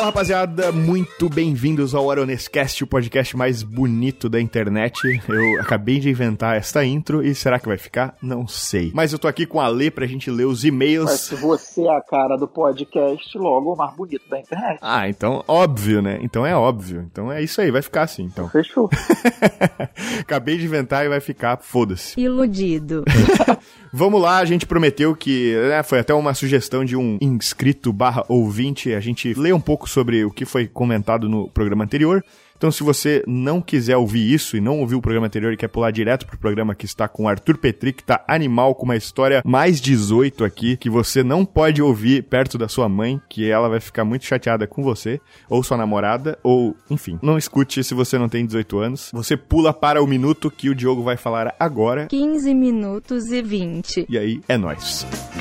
Rapaziada, muito bem-vindos ao Aronescast, o podcast mais bonito da internet. Eu acabei de inventar esta intro e será que vai ficar? Não sei. Mas eu tô aqui com a Lê pra gente ler os e-mails. Mas se você é a cara do podcast, logo o mais bonito da internet. Ah, então óbvio, né? Então é óbvio. Então é isso aí, vai ficar assim, então. Fechou. Acabei de inventar e vai ficar, foda-se. Iludido. Vamos lá, a gente prometeu que, foi até uma sugestão de um inscrito / ouvinte, a gente lê um pouco sobre o que foi comentado no programa anterior. Então, se você não quiser ouvir isso e não ouviu o programa anterior e quer pular direto pro programa que está com o Arthur Petri, que tá animal, com uma história mais 18 aqui, que você não pode ouvir perto da sua mãe, que ela vai ficar muito chateada com você, ou sua namorada, ou, enfim, não escute se você não tem 18 anos. Você pula para o minuto que o Diogo vai falar agora. 15 minutos e 20. E aí, é nóis.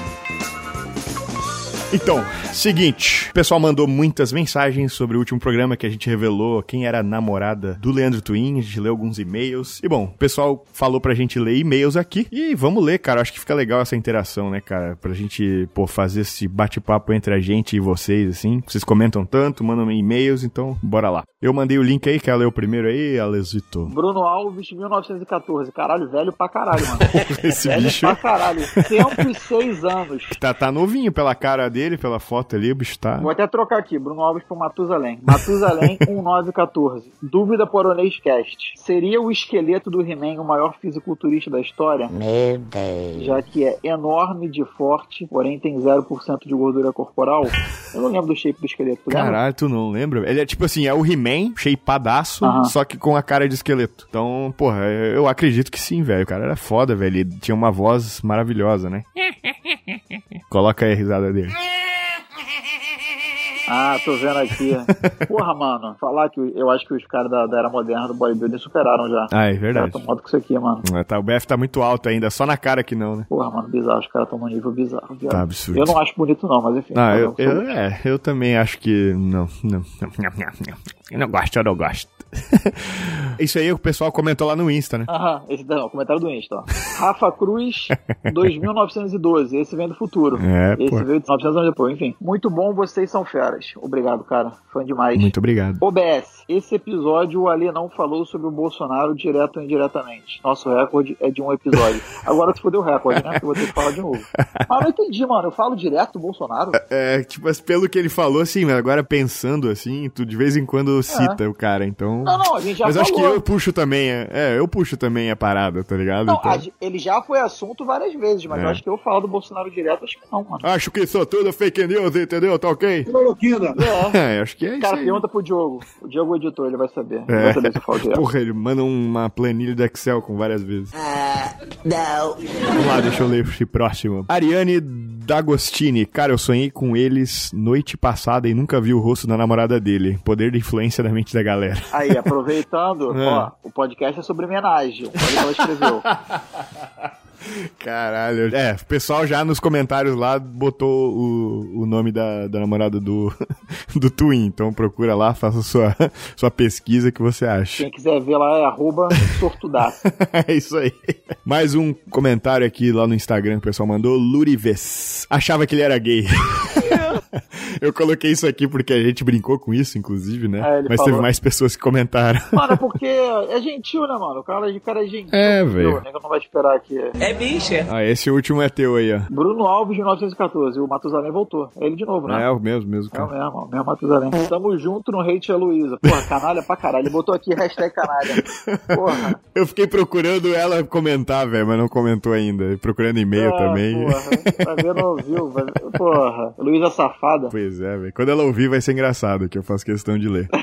Então, seguinte, o pessoal mandou muitas mensagens sobre o último programa que a gente revelou quem era a namorada do Leandro Twin, a gente leu alguns e-mails, e bom, o pessoal falou pra gente ler e-mails aqui, e vamos ler, cara, acho que fica legal essa interação, né, cara, pra gente, fazer esse bate-papo entre a gente e vocês, assim, vocês comentam tanto, mandam e-mails, então, bora lá. Eu mandei o link aí, quer ler o primeiro aí, Alesito? Bruno Alves, 1914, caralho, velho pra caralho, mano. Esse velho bicho... pra caralho, 106 anos. Tá novinho pela cara dele, pela foto ali, o bicho tá... Vou até trocar aqui, Bruno Alves pro Matusalém. Matusalém, 1914. Dúvida por Onescast. Seria o esqueleto do He-Man o maior fisiculturista da história? Meu Deus. Já que é enorme de forte, porém tem 0% de gordura corporal. Eu não lembro do shape do esqueleto, tu lembra? Caralho, tu não lembra? Ele é tipo assim, é o He-Man, shapeadaço, só que com a cara de esqueleto. Então, eu acredito que sim, velho. O cara era foda, velho. Ele tinha uma voz maravilhosa, né? Coloca aí a risada dele. Ah, tô vendo aqui. Porra, mano, falar que eu acho que os caras da era moderna do bodybuilding superaram já. Ah, é verdade. Os caras tão modo que isso aqui, mano. O BF tá muito alto ainda, só na cara que não, né? Porra, mano, bizarro. Os caras tão num nível bizarro, viado. Tá absurdo. Eu não acho bonito não, mas enfim. Ah, eu também acho que não. Eu não gosto. Isso aí o pessoal comentou lá no Insta, né? Aham, o comentário do Insta, ó. Rafa Cruz, 2912. Esse vem do futuro. Esse veio de 900 anos depois, enfim. Muito bom, vocês são feras. Obrigado, cara. Fã demais. Muito obrigado. OBS. Esse episódio o Ali não falou sobre o Bolsonaro direto ou indiretamente. Nosso recorde é de um episódio. Agora tu fodeu o recorde, né? Porque eu vou ter que falar de novo. Mas não entendi, mano. Eu falo direto do Bolsonaro? Pelo que ele falou, assim, mas agora pensando, assim, tu de vez em quando cita o cara, então... Não, a gente já mas falou. Acho que eu puxo também, eu puxo também a parada, tá ligado? Não, então... ele já foi assunto várias vezes, mas eu acho que eu falo do Bolsonaro direto, acho que não, mano. Acho que isso tudo fake news, entendeu? Tá ok? Cloroquina. Acho que é isso. Cara, aí. Pergunta pro Diogo. O Diogo é o editor, ele vai saber. Ele vai saber se eu falo direto. Porra, ele manda uma planilha do Excel com várias vezes. Não. Vamos lá, deixa eu ler esse próximo. Ariane D'Agostini. Cara, eu sonhei com eles noite passada e nunca vi o rosto da namorada dele. Poder de influência da mente da galera. Aí, aproveitando, ó, o podcast é sobre homenagem. Olha o que ela escreveu. Caralho. O pessoal já nos comentários lá botou o nome da namorada do Twin. Então procura lá, faça sua pesquisa que você acha. Quem quiser ver lá é @sortudaço. É isso aí. Mais um comentário aqui lá no Instagram que o pessoal mandou. Lurives. Achava que ele era gay. Eu coloquei isso aqui porque a gente brincou com isso, inclusive, né? Mas falou. Teve mais pessoas que comentaram. Mano, porque é gentil, né, mano? O cara é gentil. Velho. O nego não vai esperar aqui. É bicha. Esse último é teu aí, ó. Bruno Alves, de 1914. O Matusalém voltou. É ele de novo, né? É o mesmo, cara. É o mesmo Matusalém. Tamo junto no hate a Luísa. Porra, canalha pra caralho. Ele botou aqui hashtag canalha. Porra. Eu fiquei procurando ela comentar, velho, mas não comentou ainda. Procurando e-mail também. Porra. Vai ver, não ouviu. Porra. Luísa safada. Pois é, velho. Quando ela ouvir vai ser engraçado, que eu faço questão de ler.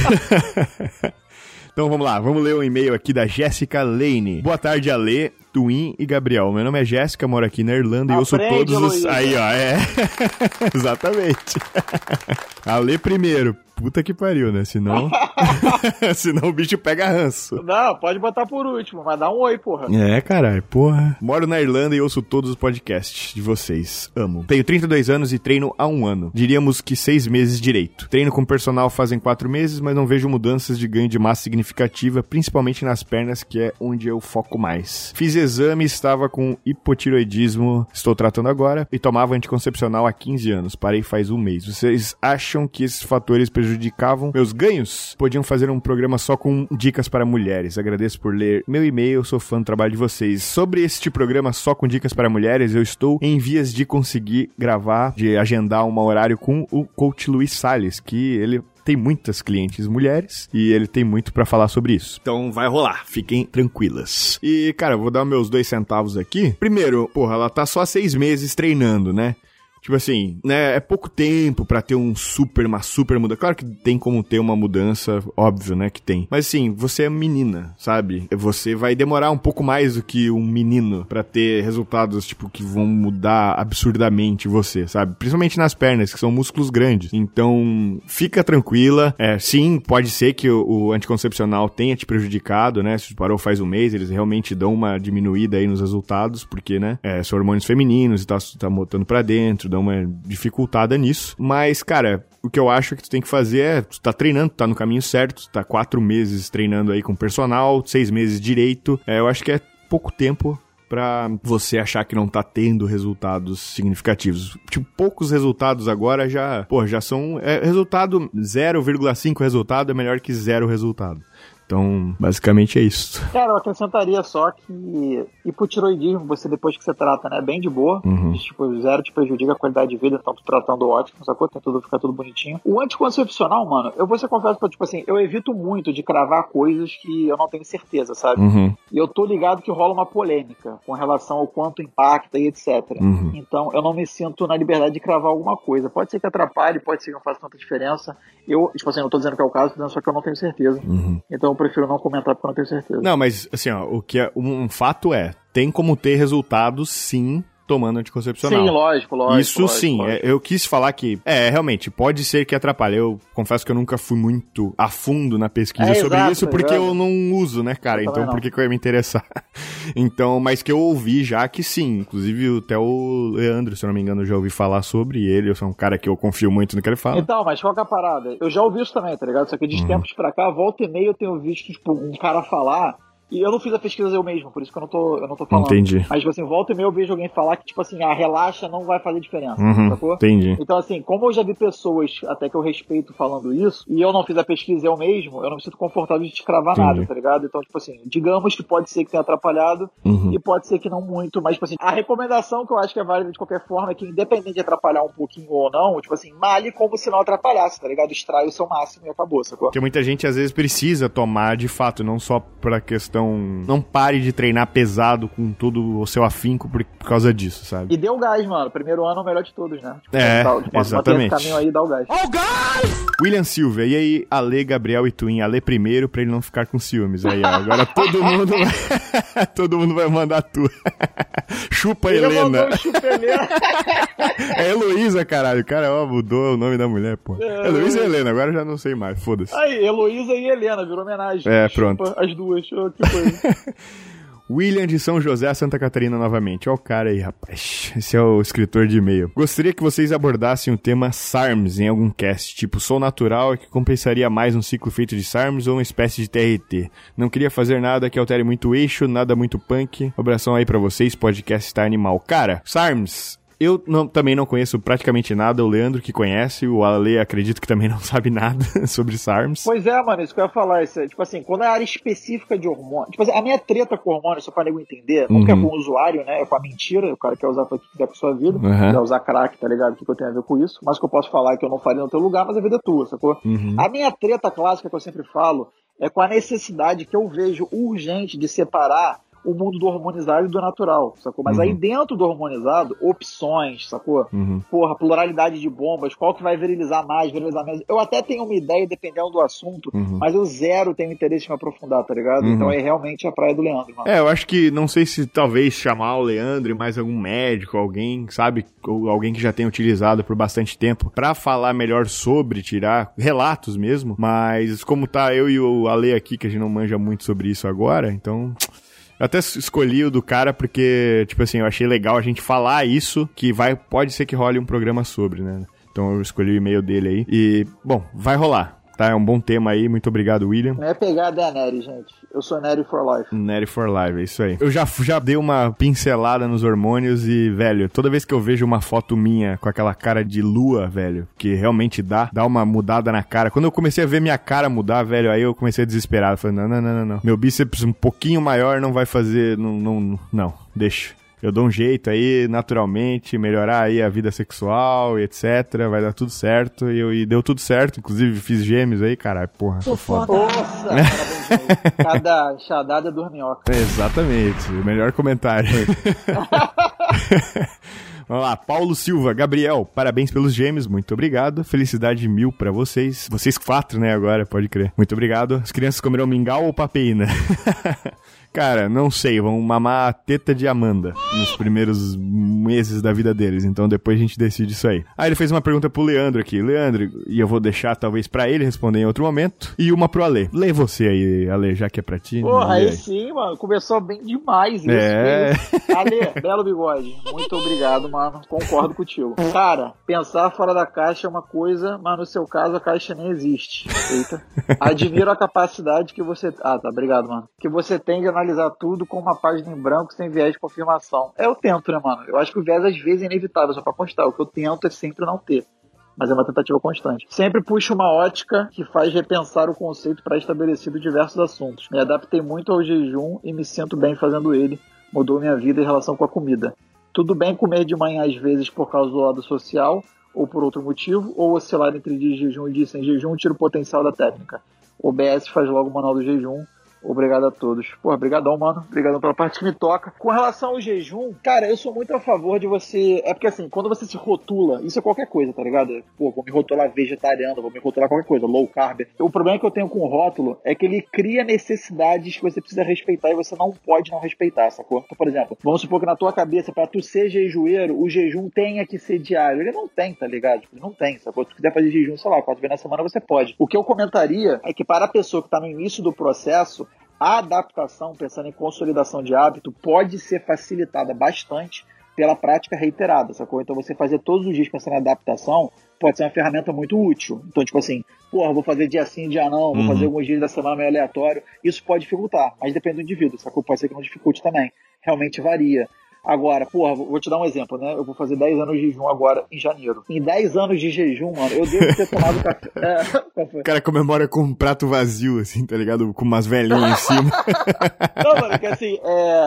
Então vamos lá, vamos ler um e-mail aqui da Jéssica Lane. Boa tarde, Alê, Twin e Gabriel. Meu nome é Jéssica, moro aqui na Irlanda e ouço todos os... Aí, ó, Exatamente. Alê primeiro. Puta que pariu, né? Senão o bicho pega ranço. Não, pode botar por último, mas dá um oi, porra. Caralho, porra. Moro na Irlanda e ouço todos os podcasts de vocês. Amo. Tenho 32 anos e treino há 1 ano. Diríamos que 6 meses direito. Treino com personal fazem 4 meses, mas não vejo mudanças de ganho de massa significativa, principalmente nas pernas, que é onde eu foco mais. Fiz exame, estava com hipotiroidismo, estou tratando agora, e tomava anticoncepcional há 15 anos. Parei faz um mês. Vocês acham que esses fatores prejudicavam meus ganhos? Podiam fazer um programa só com dicas para mulheres. Agradeço por ler meu e-mail, sou fã do trabalho de vocês. Sobre este programa só com dicas para mulheres, eu estou em vias de conseguir gravar, de agendar um horário com o coach Luiz Salles, que ele tem muitas clientes mulheres e ele tem muito pra falar sobre isso. Então vai rolar, fiquem tranquilas. E, cara, eu vou dar meus 2 centavos aqui. Primeiro, porra, ela tá só há 6 meses treinando, né? Tipo assim, né, é pouco tempo pra ter uma super mudança. Claro que tem como ter uma mudança, óbvio, né, que tem. Mas assim, você é menina, sabe? Você vai demorar um pouco mais do que um menino pra ter resultados, tipo, que vão mudar absurdamente você, sabe? Principalmente nas pernas, que são músculos grandes. Então, fica tranquila. Sim, pode ser que o anticoncepcional tenha te prejudicado, né? Se parou faz um mês, eles realmente dão uma diminuída aí nos resultados, porque, né, são hormônios femininos e tá botando pra dentro, dá uma dificultada nisso. Mas, cara, o que eu acho que tu tem que fazer é, tu tá treinando, tu tá no caminho certo, tu tá 4 meses treinando aí com personal, 6 meses direito. Eu acho que é pouco tempo pra você achar que não tá tendo resultados significativos. Tipo, poucos resultados agora já são... resultado 0,5 resultado é melhor que 0 resultado. Então, basicamente é isso. Cara, eu acrescentaria só que hipotiroidismo, você depois que você trata, né, bem de boa, tipo, 0 te prejudica a qualidade de vida, então tu tratando ótimo, sacou? Fica tudo bonitinho. O anticoncepcional, mano, eu vou ser confesso pra, tipo assim, eu evito muito de cravar coisas que eu não tenho certeza, sabe? E eu tô ligado que rola uma polêmica com relação ao quanto impacta e etc. Então, eu não me sinto na liberdade de cravar alguma coisa. Pode ser que atrapalhe, pode ser que não faça tanta diferença. Eu, tipo assim, não tô dizendo que é o caso, só que eu não tenho certeza. Então, eu prefiro não comentar porque eu não tenho certeza. Não, mas assim, ó, o que é um fato tem como ter resultados, sim, tomando anticoncepcional. Sim, lógico. Isso sim, eu quis falar que, realmente, pode ser que atrapalhe. Eu confesso que eu nunca fui muito a fundo na pesquisa sobre isso, porque eu não uso, né, cara? Então, por que eu ia me interessar? Então, mas que eu ouvi já que sim. Inclusive, até o Leandro, se eu não me engano, eu já ouvi falar sobre ele. Eu sou um cara que eu confio muito no que ele fala. Então, mas qual que é a parada? Eu já ouvi isso também, tá ligado? Só que de tempos pra cá, volta e meia eu tenho visto, tipo, um cara falar... E eu não fiz a pesquisa eu mesmo, por isso que eu não tô falando. Entendi. Mas, tipo assim, volta e meia eu vejo alguém falar que, tipo assim, relaxa, não vai fazer diferença, sacou? Entendi. Então, assim, como eu já vi pessoas, até que eu respeito, falando isso, e eu não fiz a pesquisa eu mesmo, eu não me sinto confortável de te cravar nada, tá ligado? Então, tipo assim, digamos que pode ser que tenha atrapalhado, e pode ser que não muito, mas, tipo assim, a recomendação que eu acho que é válida de qualquer forma é que, independente de atrapalhar um pouquinho ou não, tipo assim, male como se não atrapalhasse, tá ligado? Extrai o seu máximo e acabou, sacou? Porque muita gente, às vezes, precisa tomar, de fato, não só pra questão... Não pare de treinar pesado com todo o seu afinco por causa disso, sabe? E dê o gás, mano. Primeiro ano é o melhor de todos, né? Tipo, exatamente. Esse caminho aí, dá o gás. Oh, gás! William Silva, e aí, Ale, Gabriel e Twin? Ale primeiro, pra ele não ficar com ciúmes. Aí, ó, agora todo mundo vai mandar tu. Chupa Helena. Chupa Helena. É Heloísa, caralho. O cara, mudou o nome da mulher, pô. Heloísa e Helena, agora eu já não sei mais, foda-se. Aí, Heloísa e Helena, virou homenagem. Pronto. Chupa as duas, que coisa. William de São José, Santa Catarina, novamente. Ó o cara aí, rapaz. Esse é o escritor de e-mail. Gostaria que vocês abordassem o tema SARMs em algum cast, tipo Sou Natural, que compensaria mais um ciclo feito de SARMs ou uma espécie de TRT. Não queria fazer nada que altere muito o eixo, nada muito punk. Abração aí pra vocês, podcast tá animal. Cara, SARMs... Eu também não conheço praticamente nada, o Leandro que conhece, o Ale acredito que também não sabe nada sobre SARMs. Pois é, mano, isso que eu ia falar, tipo assim, quando é a área específica de hormônio, tipo assim, a minha treta com hormônio, só pra nego entender, nunca é com o usuário, né, é com a mentira, o cara quer usar pra que quiser com sua vida, quer usar crack, tá ligado, o que eu tenho a ver com isso, mas o que eu posso falar é que eu não faria no teu lugar, mas a vida é tua, sacou? A minha treta clássica que eu sempre falo é com a necessidade que eu vejo urgente de separar o mundo do hormonizado e do natural, sacou? Mas aí dentro do hormonizado, opções, sacou? Porra, pluralidade de bombas, qual que vai virilizar mais, virilizar menos. Eu até tenho uma ideia, dependendo do assunto, mas eu zero tenho interesse em me aprofundar, tá ligado? Então é realmente a praia do Leandro, mano. Eu acho que, não sei se talvez chamar o Leandro e mais algum médico, alguém, sabe? Ou alguém que já tenha utilizado por bastante tempo, pra falar melhor sobre, tirar relatos mesmo, mas como tá eu e o Ale aqui, que a gente não manja muito sobre isso agora, então... Eu até escolhi o do cara porque, tipo assim, eu achei legal a gente falar isso, que pode ser que role um programa sobre, né? Então eu escolhi o e-mail dele aí. E, bom, vai rolar. tá? É um bom tema aí, muito obrigado, William. Não é pegar a Nery, gente. Eu sou Nery for life. Nery for life, é isso aí. Eu já dei uma pincelada nos hormônios e, velho, toda vez que eu vejo uma foto minha com aquela cara de lua, velho, que realmente dá uma mudada na cara. Quando eu comecei a ver minha cara mudar, velho, aí eu comecei a desesperar. Falei, não. Meu bíceps um pouquinho maior não vai fazer, não, deixa. Eu dou um jeito aí, naturalmente, melhorar aí a vida sexual e etc. Vai dar tudo certo. E deu tudo certo. Inclusive, fiz gêmeos aí, caralho. Porra, tô foda. Nossa, cada enxadada dorminhoca. Exatamente. O melhor comentário. Vamos lá, Paulo Silva, Gabriel, parabéns pelos gêmeos, muito obrigado. Felicidade 1000 pra vocês. Vocês 4, né, agora, pode crer. Muito obrigado. As crianças comerão mingau ou papeína? Cara, não sei, vão mamar a teta de Amanda nos primeiros meses da vida deles, então depois a gente decide isso aí. Aí ele fez uma pergunta pro Leandro aqui. Leandro, e eu vou deixar talvez pra ele responder em outro momento, e uma pro Ale. Lê você aí, Ale, já que é pra ti. Porra, aí sim, mano, começou bem demais isso. Ale, belo bigode, muito obrigado, mano, concordo contigo. Cara, pensar fora da caixa é uma coisa, mas no seu caso a caixa nem existe. Eita. Admiro a capacidade que você... Ah, tá, obrigado, mano. Que você tem de analisar tudo com uma página em branco sem viés de confirmação. Eu tento, né, mano? Eu acho que o viés às vezes é inevitável, só pra constar. O que eu tento é sempre não ter. Mas é uma tentativa constante. Sempre puxo uma ótica que faz repensar o conceito pré-estabelecido de diversos assuntos. Me adaptei muito ao jejum e me sinto bem fazendo ele. Mudou minha vida em relação com a comida. Tudo bem comer de manhã às vezes por causa do lado social ou por outro motivo, ou oscilar entre dia de jejum e dia sem jejum tira o potencial da técnica. O OBS faz logo o manual do jejum. Obrigado a todos. Porra, brigadão, mano. Obrigadão pela parte que me toca. Com relação ao jejum, cara, eu sou muito a favor de você... É porque assim, quando você se rotula, isso é qualquer coisa, tá ligado? Pô, vou me rotular vegetariano, vou me rotular qualquer coisa, low carb. O problema que eu tenho com o rótulo é que ele cria necessidades que você precisa respeitar e você não pode não respeitar, sacou? Então, por exemplo, vamos supor que na tua cabeça, pra tu ser jejueiro, o jejum tenha que ser diário. Ele não tem, tá ligado? Ele não tem, sacou? Se tu quiser fazer jejum, sei lá, 4 vezes na semana, você pode. O que eu comentaria é que para a pessoa que tá no início do processo, a adaptação, pensando em consolidação de hábito, pode ser facilitada bastante pela prática reiterada, sacou? Então você fazer todos os dias pensando em adaptação pode ser uma ferramenta muito útil. Então, tipo assim, porra, vou fazer dia sim, dia não, vou fazer alguns dias da semana meio aleatório. Isso pode dificultar, mas depende do indivíduo, sacou? Pode ser que não dificulte também. Realmente varia. Agora, porra, vou te dar um exemplo, né? Eu vou fazer 10 anos de jejum agora em janeiro. Em 10 anos de jejum, mano, eu devo ter tomado café. O cara comemora com um prato vazio, assim, tá ligado? Com umas velhinhas em cima. Não, mano, que assim,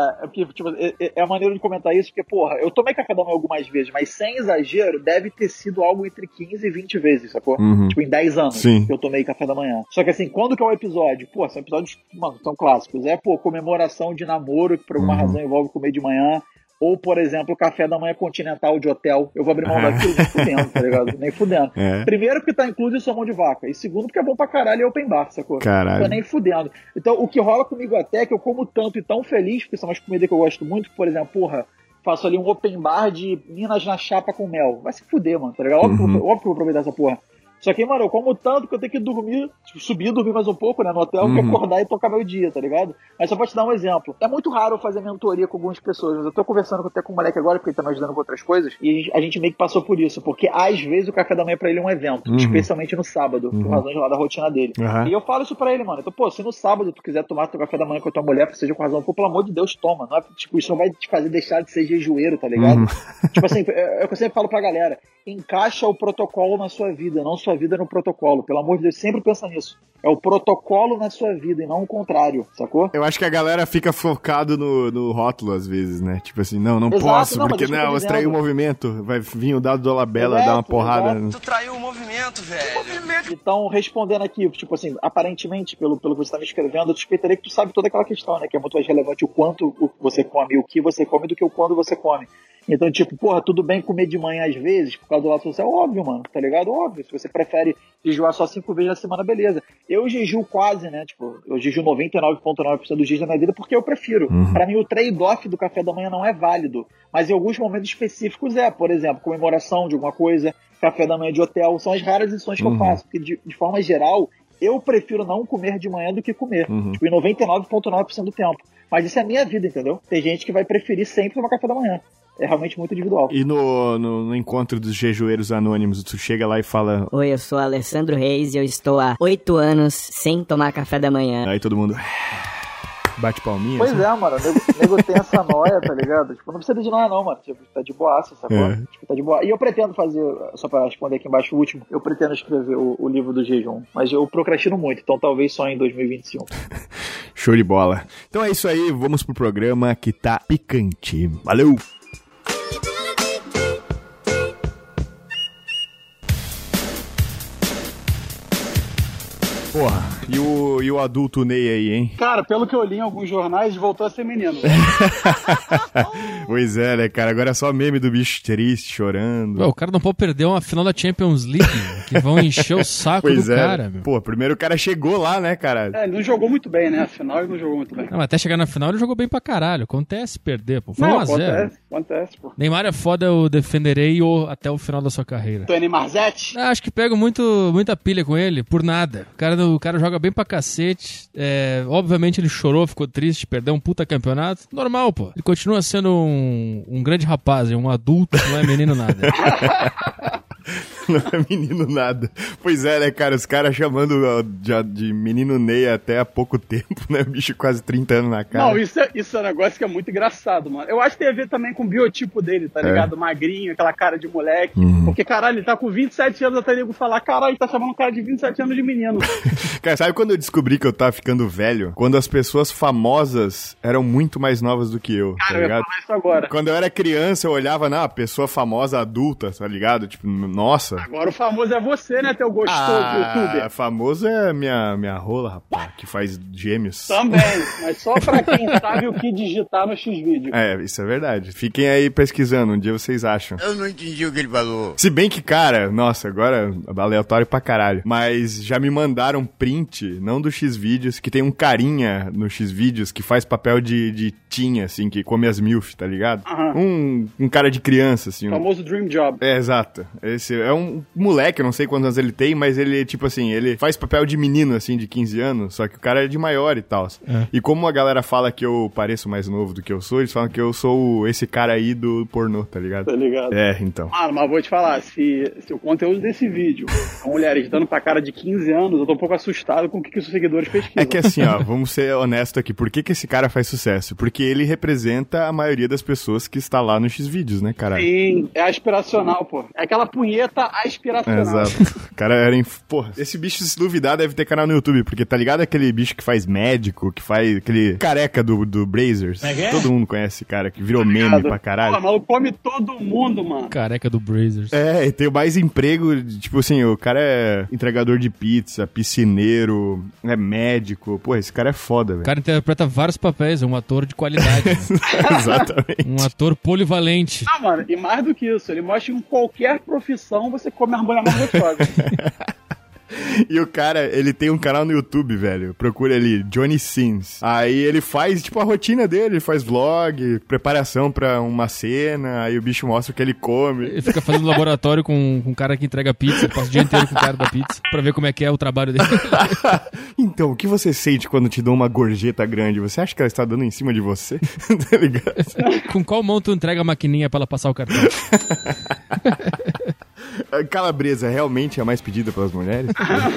é a maneira de comentar isso, porque, porra, eu tomei café da manhã algumas vezes, mas sem exagero, deve ter sido algo entre 15 e 20 vezes, sacou? Tipo, em 10 anos Sim. que eu tomei café da manhã. Só que assim, quando que é o episódio? Pô, são episódios, mano, são clássicos. É, pô, comemoração de namoro, que por alguma razão envolve comer de manhã. Ou, por exemplo, café da manhã continental de hotel. Eu vou abrir mão daquilo nem fudendo, tá ligado? Nem fudendo. Primeiro porque tá incluso em mão de vaca. E segundo porque é bom pra caralho e open bar, sacou? Caralho. Tô nem fudendo. Então, o que rola comigo até é que eu como tanto e tão feliz, porque são umas comidas que eu gosto muito, por exemplo, porra, faço ali um open bar de minas na chapa com mel. Vai se fuder, mano, tá ligado? Óbvio que eu vou aproveitar essa porra. Só que, mano, eu como tanto que eu tenho que dormir, subir, dormir mais um pouco, né, no hotel, que acordar e tocar meu dia, tá ligado? Mas só pra te dar um exemplo. É muito raro eu fazer mentoria com algumas pessoas, mas eu tô conversando até com um moleque agora, porque ele tá me ajudando com outras coisas, e a gente meio que passou por isso, porque às vezes o café da manhã pra ele é um evento, especialmente no sábado, por razões lá da rotina dele. E eu falo isso pra ele, mano. Então, pô, se no sábado tu quiser tomar teu café da manhã com a tua mulher, seja com razão, pô, pelo amor de Deus, toma. Não é, tipo, isso não vai te fazer deixar de ser jejueiro, tá ligado? Tipo assim, é o que eu sempre falo pra galera. Encaixa o protocolo na sua vida, não sua vida no protocolo. Pelo amor de Deus, sempre pensa nisso. É o protocolo na sua vida e não o contrário, sacou? Eu acho que a galera fica focado no rótulo às vezes, né? Tipo assim, não Exato, posso, não, porque não, eu traí o movimento. Vai vir o dado do Labela dar uma porrada. Tu traiu o movimento, velho. Então, respondendo aqui, tipo assim, aparentemente, pelo que você tá me escrevendo, eu suspeitaria que tu sabe toda aquela questão, né? Que é muito mais relevante o quanto você come, o que você come, do que o quando você come. Então, tipo, porra, tudo bem comer de manhã às vezes, por causa do lado social, óbvio, mano, tá ligado? Óbvio. Se você prefere jejuar só 5 vezes na semana, beleza. Eu jejuo quase, né? Tipo, eu jejuo 99,9% dos dias da minha vida porque eu prefiro. Pra mim, o trade-off do café da manhã não é válido. Mas em alguns momentos específicos é. Por exemplo, comemoração de alguma coisa, café da manhã de hotel. São as raras lições que eu faço. Porque, de forma geral, eu prefiro não comer de manhã do que comer. Tipo, em 99,9% do tempo. Mas isso é a minha vida, entendeu? Tem gente que vai preferir sempre tomar café da manhã. é realmente muito individual. E no encontro dos jejueiros anônimos, tu chega lá e fala... Oi, eu sou Alessandro Reis e eu estou há 8 anos sem tomar café da manhã. Aí todo mundo... bate palminha. Pois assim. é, mano. O nego tem essa noia, tá ligado? Tipo, não precisa de noia não, mano. Tipo, tá de boaça, sacou? Tipo, tá de boa. E eu pretendo fazer, só pra responder aqui embaixo o último, eu pretendo escrever o livro do jejum. Mas eu procrastino muito, então talvez só em 2025. Show de bola. Então é isso aí, vamos pro programa que tá picante. Valeu! Porra, e o adulto Ney aí, hein? Cara, pelo que eu li em alguns jornais, voltou a ser menino. Pois é, né, cara? Agora é só meme do bicho triste, chorando. Pô, o cara não pode perder uma final da Champions League, que vão encher o saco pois do cara, meu. Pô, primeiro o cara chegou lá, né, cara? Ele não jogou muito bem, né? Afinal, ele não jogou muito bem. Não, até chegar na final ele jogou bem pra caralho. Acontece perder, pô. Foi 1-0. Acontece, pô. Neymar é foda, eu defenderei até o final da sua carreira. Tony Marzette? Acho que pego muita pilha com ele, por nada. O cara joga bem pra cacete. Obviamente ele chorou, ficou triste, perdeu um puta campeonato. Normal, pô. Ele continua sendo um grande rapaz, um adulto, não é menino nada. Não é menino nada. Pois é, né, cara? Os caras chamando de menino Ney até há pouco tempo, né? Bicho quase 30 anos na cara. Não, isso é um negócio que é muito engraçado, mano. Eu acho que tem a ver também com o biotipo dele, tá ligado? Magrinho, aquela cara de moleque. Porque, caralho, ele tá com 27 anos, até nego falar, caralho, ele tá chamando um cara de 27 anos de menino. Cara, sabe quando eu descobri que eu tava ficando velho? Quando as pessoas famosas eram muito mais novas do que eu, cara, tá ligado? eu ia falar isso agora. Quando eu era criança, eu olhava na pessoa famosa adulta, tá ligado? Tipo, nossa. Agora o famoso é você, né, teu gostoso youtuber. Famoso é minha rola, rapaz, que faz gêmeos. Também, mas só pra quem sabe o que digitar no X-Vídeo. Isso é verdade. Fiquem aí pesquisando, um dia vocês acham. Eu não entendi o que ele falou. Se bem que, cara, nossa, agora aleatório pra caralho, mas já me mandaram print, não do X-Vídeos, que tem um carinha no X-Vídeos que faz papel de teen, assim, que come as milf, tá ligado? Um cara de criança, assim. O famoso Dream Job. Exato. Esse é um moleque, eu não sei quantos anos ele tem, mas ele, tipo assim, ele faz papel de menino, assim, de 15 anos, só que o cara é de maior e tal. E como a galera fala que eu pareço mais novo do que eu sou, eles falam que eu sou esse cara aí do pornô, tá ligado? Tá ligado. Então. Mano, mas vou te falar, se o conteúdo desse vídeo são mulheres dando pra cara de 15 anos, eu tô um pouco assustado com o que os seguidores pesquisam. É que assim, ó, vamos ser honestos aqui, por que esse cara faz sucesso? Porque ele representa a maioria das pessoas que está lá no X-Vídeos, né, caralho? Sim, é aspiracional, pô. É aquela punheta aspiracional. Exato. O cara era... Porra, esse bicho, se duvidar, deve ter canal no YouTube, porque tá ligado aquele bicho que faz médico, que faz aquele careca do Brazers? Todo mundo conhece esse cara, que virou meme pra caralho. Pô, maluco come todo mundo, mano. Careca do Brazers. E tem mais emprego, tipo assim, o cara é entregador de pizza, piscineiro, é médico. Pô, esse cara é foda, velho. O cara interpreta vários papéis, é um ator de qualidade. Exatamente. Um ator polivalente. Ah, mano, e mais do que isso, ele mostra que em qualquer profissão você come as mulheres mais gostosas. E o cara, ele tem um canal no YouTube, velho. Procura ali, Johnny Sins. Aí ele faz, tipo, a rotina dele. Ele faz vlog, preparação pra uma cena. Aí o bicho mostra o que ele come. Ele fica fazendo laboratório com um cara que entrega pizza. Ele passa o dia inteiro com o cara da pizza pra ver como é que é o trabalho dele. Então, o que você sente quando te dão uma gorjeta grande? Você acha que ela está dando em cima de você? Tá ligado? Com qual mão tu entrega a maquininha pra ela passar o cartão? A calabresa realmente é a mais pedida pelas mulheres?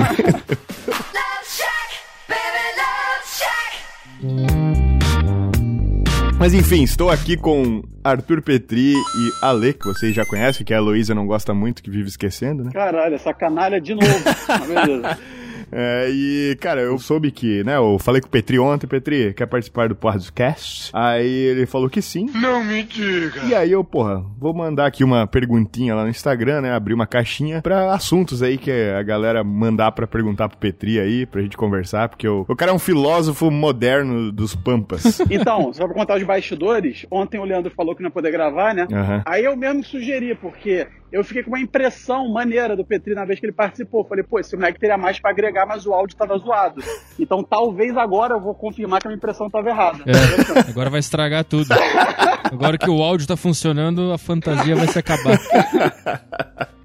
Mas enfim, estou aqui com Arthur Petri e Ale, que vocês já conhecem, que a Heloísa não gosta muito, que vive esquecendo, né? Caralho, essa canalha de novo. Beleza. E, cara, eu soube que, né, eu falei com o Petri ontem, Petri, quer participar do podcast? Aí ele falou que sim. Não me diga. E aí eu, vou mandar aqui uma perguntinha lá no Instagram, né, abrir uma caixinha pra assuntos aí que a galera mandar pra perguntar pro Petri aí, pra gente conversar, porque o cara é um filósofo moderno dos pampas. Então, só pra contar os bastidores, ontem o Leandro falou que não ia poder gravar, né? Aí eu mesmo sugeri, porque eu fiquei com uma impressão maneira do Petri na vez que ele participou. Falei, pô, esse moleque teria mais pra agregar, mas o áudio tava zoado. Então talvez agora eu vou confirmar que a minha impressão tava errada. Agora vai estragar tudo. Agora que o áudio tá funcionando, a fantasia vai se acabar.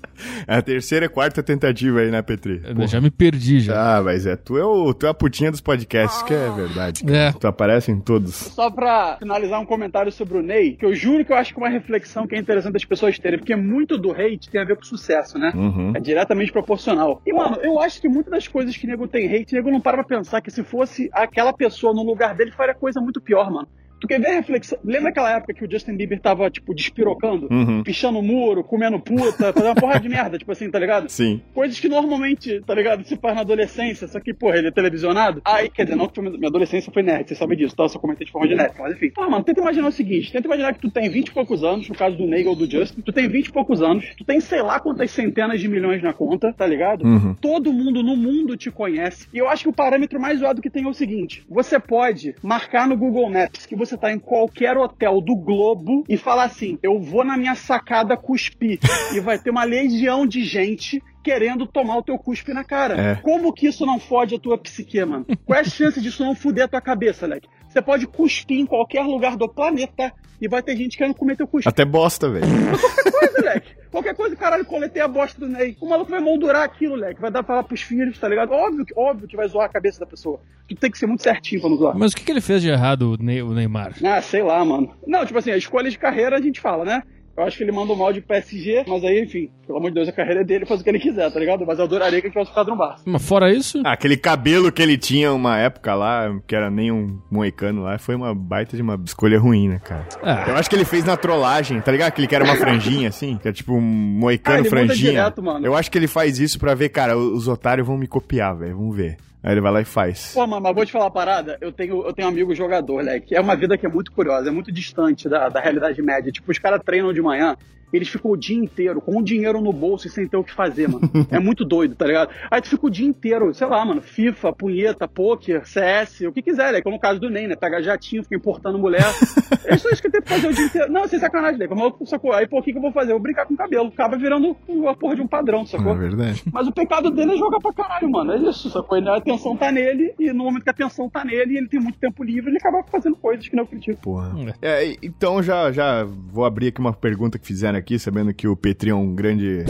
É a terceira e quarta tentativa aí, né, Petri? Eu já me perdi, já. Ah, mas tu é a putinha dos podcasts, que é verdade. Cara. Tu aparece em todos. Só pra finalizar um comentário sobre o Ney, que eu juro que eu acho que é uma reflexão que é interessante as pessoas terem, porque muito do hate tem a ver com sucesso, né? Uhum. É diretamente proporcional. E, mano, eu acho que muitas das coisas que o nego tem hate, o nego não para pra pensar que se fosse aquela pessoa no lugar dele, faria coisa muito pior, mano. Tu quer ver a reflexão? Lembra aquela época que o Justin Bieber tava, tipo, despirocando? Pichando o muro, comendo puta, fazendo uma porra de merda, tipo assim, tá ligado? Sim. Coisas que normalmente, tá ligado, se faz na adolescência, só que, porra, ele é televisionado. Aí, quer dizer, não que minha adolescência foi nerd, você sabe disso, tá? Eu só comentei de forma de nerd, mas enfim. Ah, mano, tenta imaginar o seguinte, tenta imaginar que tu tem 20 e poucos anos, no caso do Ney ou do Justin, tu tem 20 e poucos anos, tu tem sei lá quantas centenas de milhões na conta, tá ligado? Todo mundo no mundo te conhece. E eu acho que o parâmetro mais zoado que tem é o seguinte, você pode marcar no Google Maps que você tá em qualquer hotel do globo e falar assim, eu vou na minha sacada cuspir e vai ter uma legião de gente querendo tomar o teu cuspe na cara. Como que isso não fode a tua psique, mano? Qual é a chance disso não fuder a tua cabeça, Leque? Você pode cuspir em qualquer lugar do planeta e vai ter gente querendo comer teu cuspe. Até bosta, velho. Qualquer coisa, Leque. Qualquer coisa, caralho, coletei a bosta do Ney. O maluco vai moldurar aquilo, Leque. Vai dar pra falar pros filhos, tá ligado? Óbvio que vai zoar a cabeça da pessoa. Tu tem que ser muito certinho pra não zoar. Mas o que ele fez de errado, o Neymar? Ah, sei lá, mano. Não, tipo assim, a escolha de carreira a gente fala, né? Eu acho que ele mandou mal de PSG, mas aí, enfim, pelo amor de Deus, a carreira é dele, faz o que ele quiser, tá ligado? Mas eu adoraria que ele tivesse ficado no Barça. Mas fora isso... Aquele cabelo que ele tinha uma época lá, que era nem um moicano lá, foi uma baita de uma escolha ruim, né, cara? Eu acho que ele fez na trollagem, tá ligado? Aquele que era uma franjinha, assim, que é tipo um moicano franjinha. Direto, mano. Eu acho que ele faz isso pra ver, cara, os otários vão me copiar, velho, vamos ver. Aí ele vai lá e faz. Pô, mano, mas vou te falar uma parada. Eu tenho um amigo jogador, né? Que é uma vida que é muito curiosa, é muito distante da realidade média. Tipo, os caras treinam de manhã, eles ficam o dia inteiro com o dinheiro no bolso e sem ter o que fazer, mano. É muito doido, tá ligado? Aí tu fica o dia inteiro, sei lá, mano, FIFA, punheta, poker, CS, o que quiser, né? Como no caso do Ney, né? Pega jatinho, fica importando mulher. É só isso que eu tenho que fazer o dia inteiro. Não, sem sacanagem, né? Sacou? Aí, pô, o que eu vou fazer? Eu vou brincar com o cabelo. Acaba virando uma porra de um padrão, sacou? É verdade. Mas o pecado dele é jogar pra caralho, mano. É isso, sacou? A atenção tá nele, e no momento que a atenção tá nele, ele tem muito tempo livre, ele acaba fazendo coisas que não critico. Porra. Então já vou abrir aqui uma pergunta que fizeram aqui, sabendo que o Petri é um grande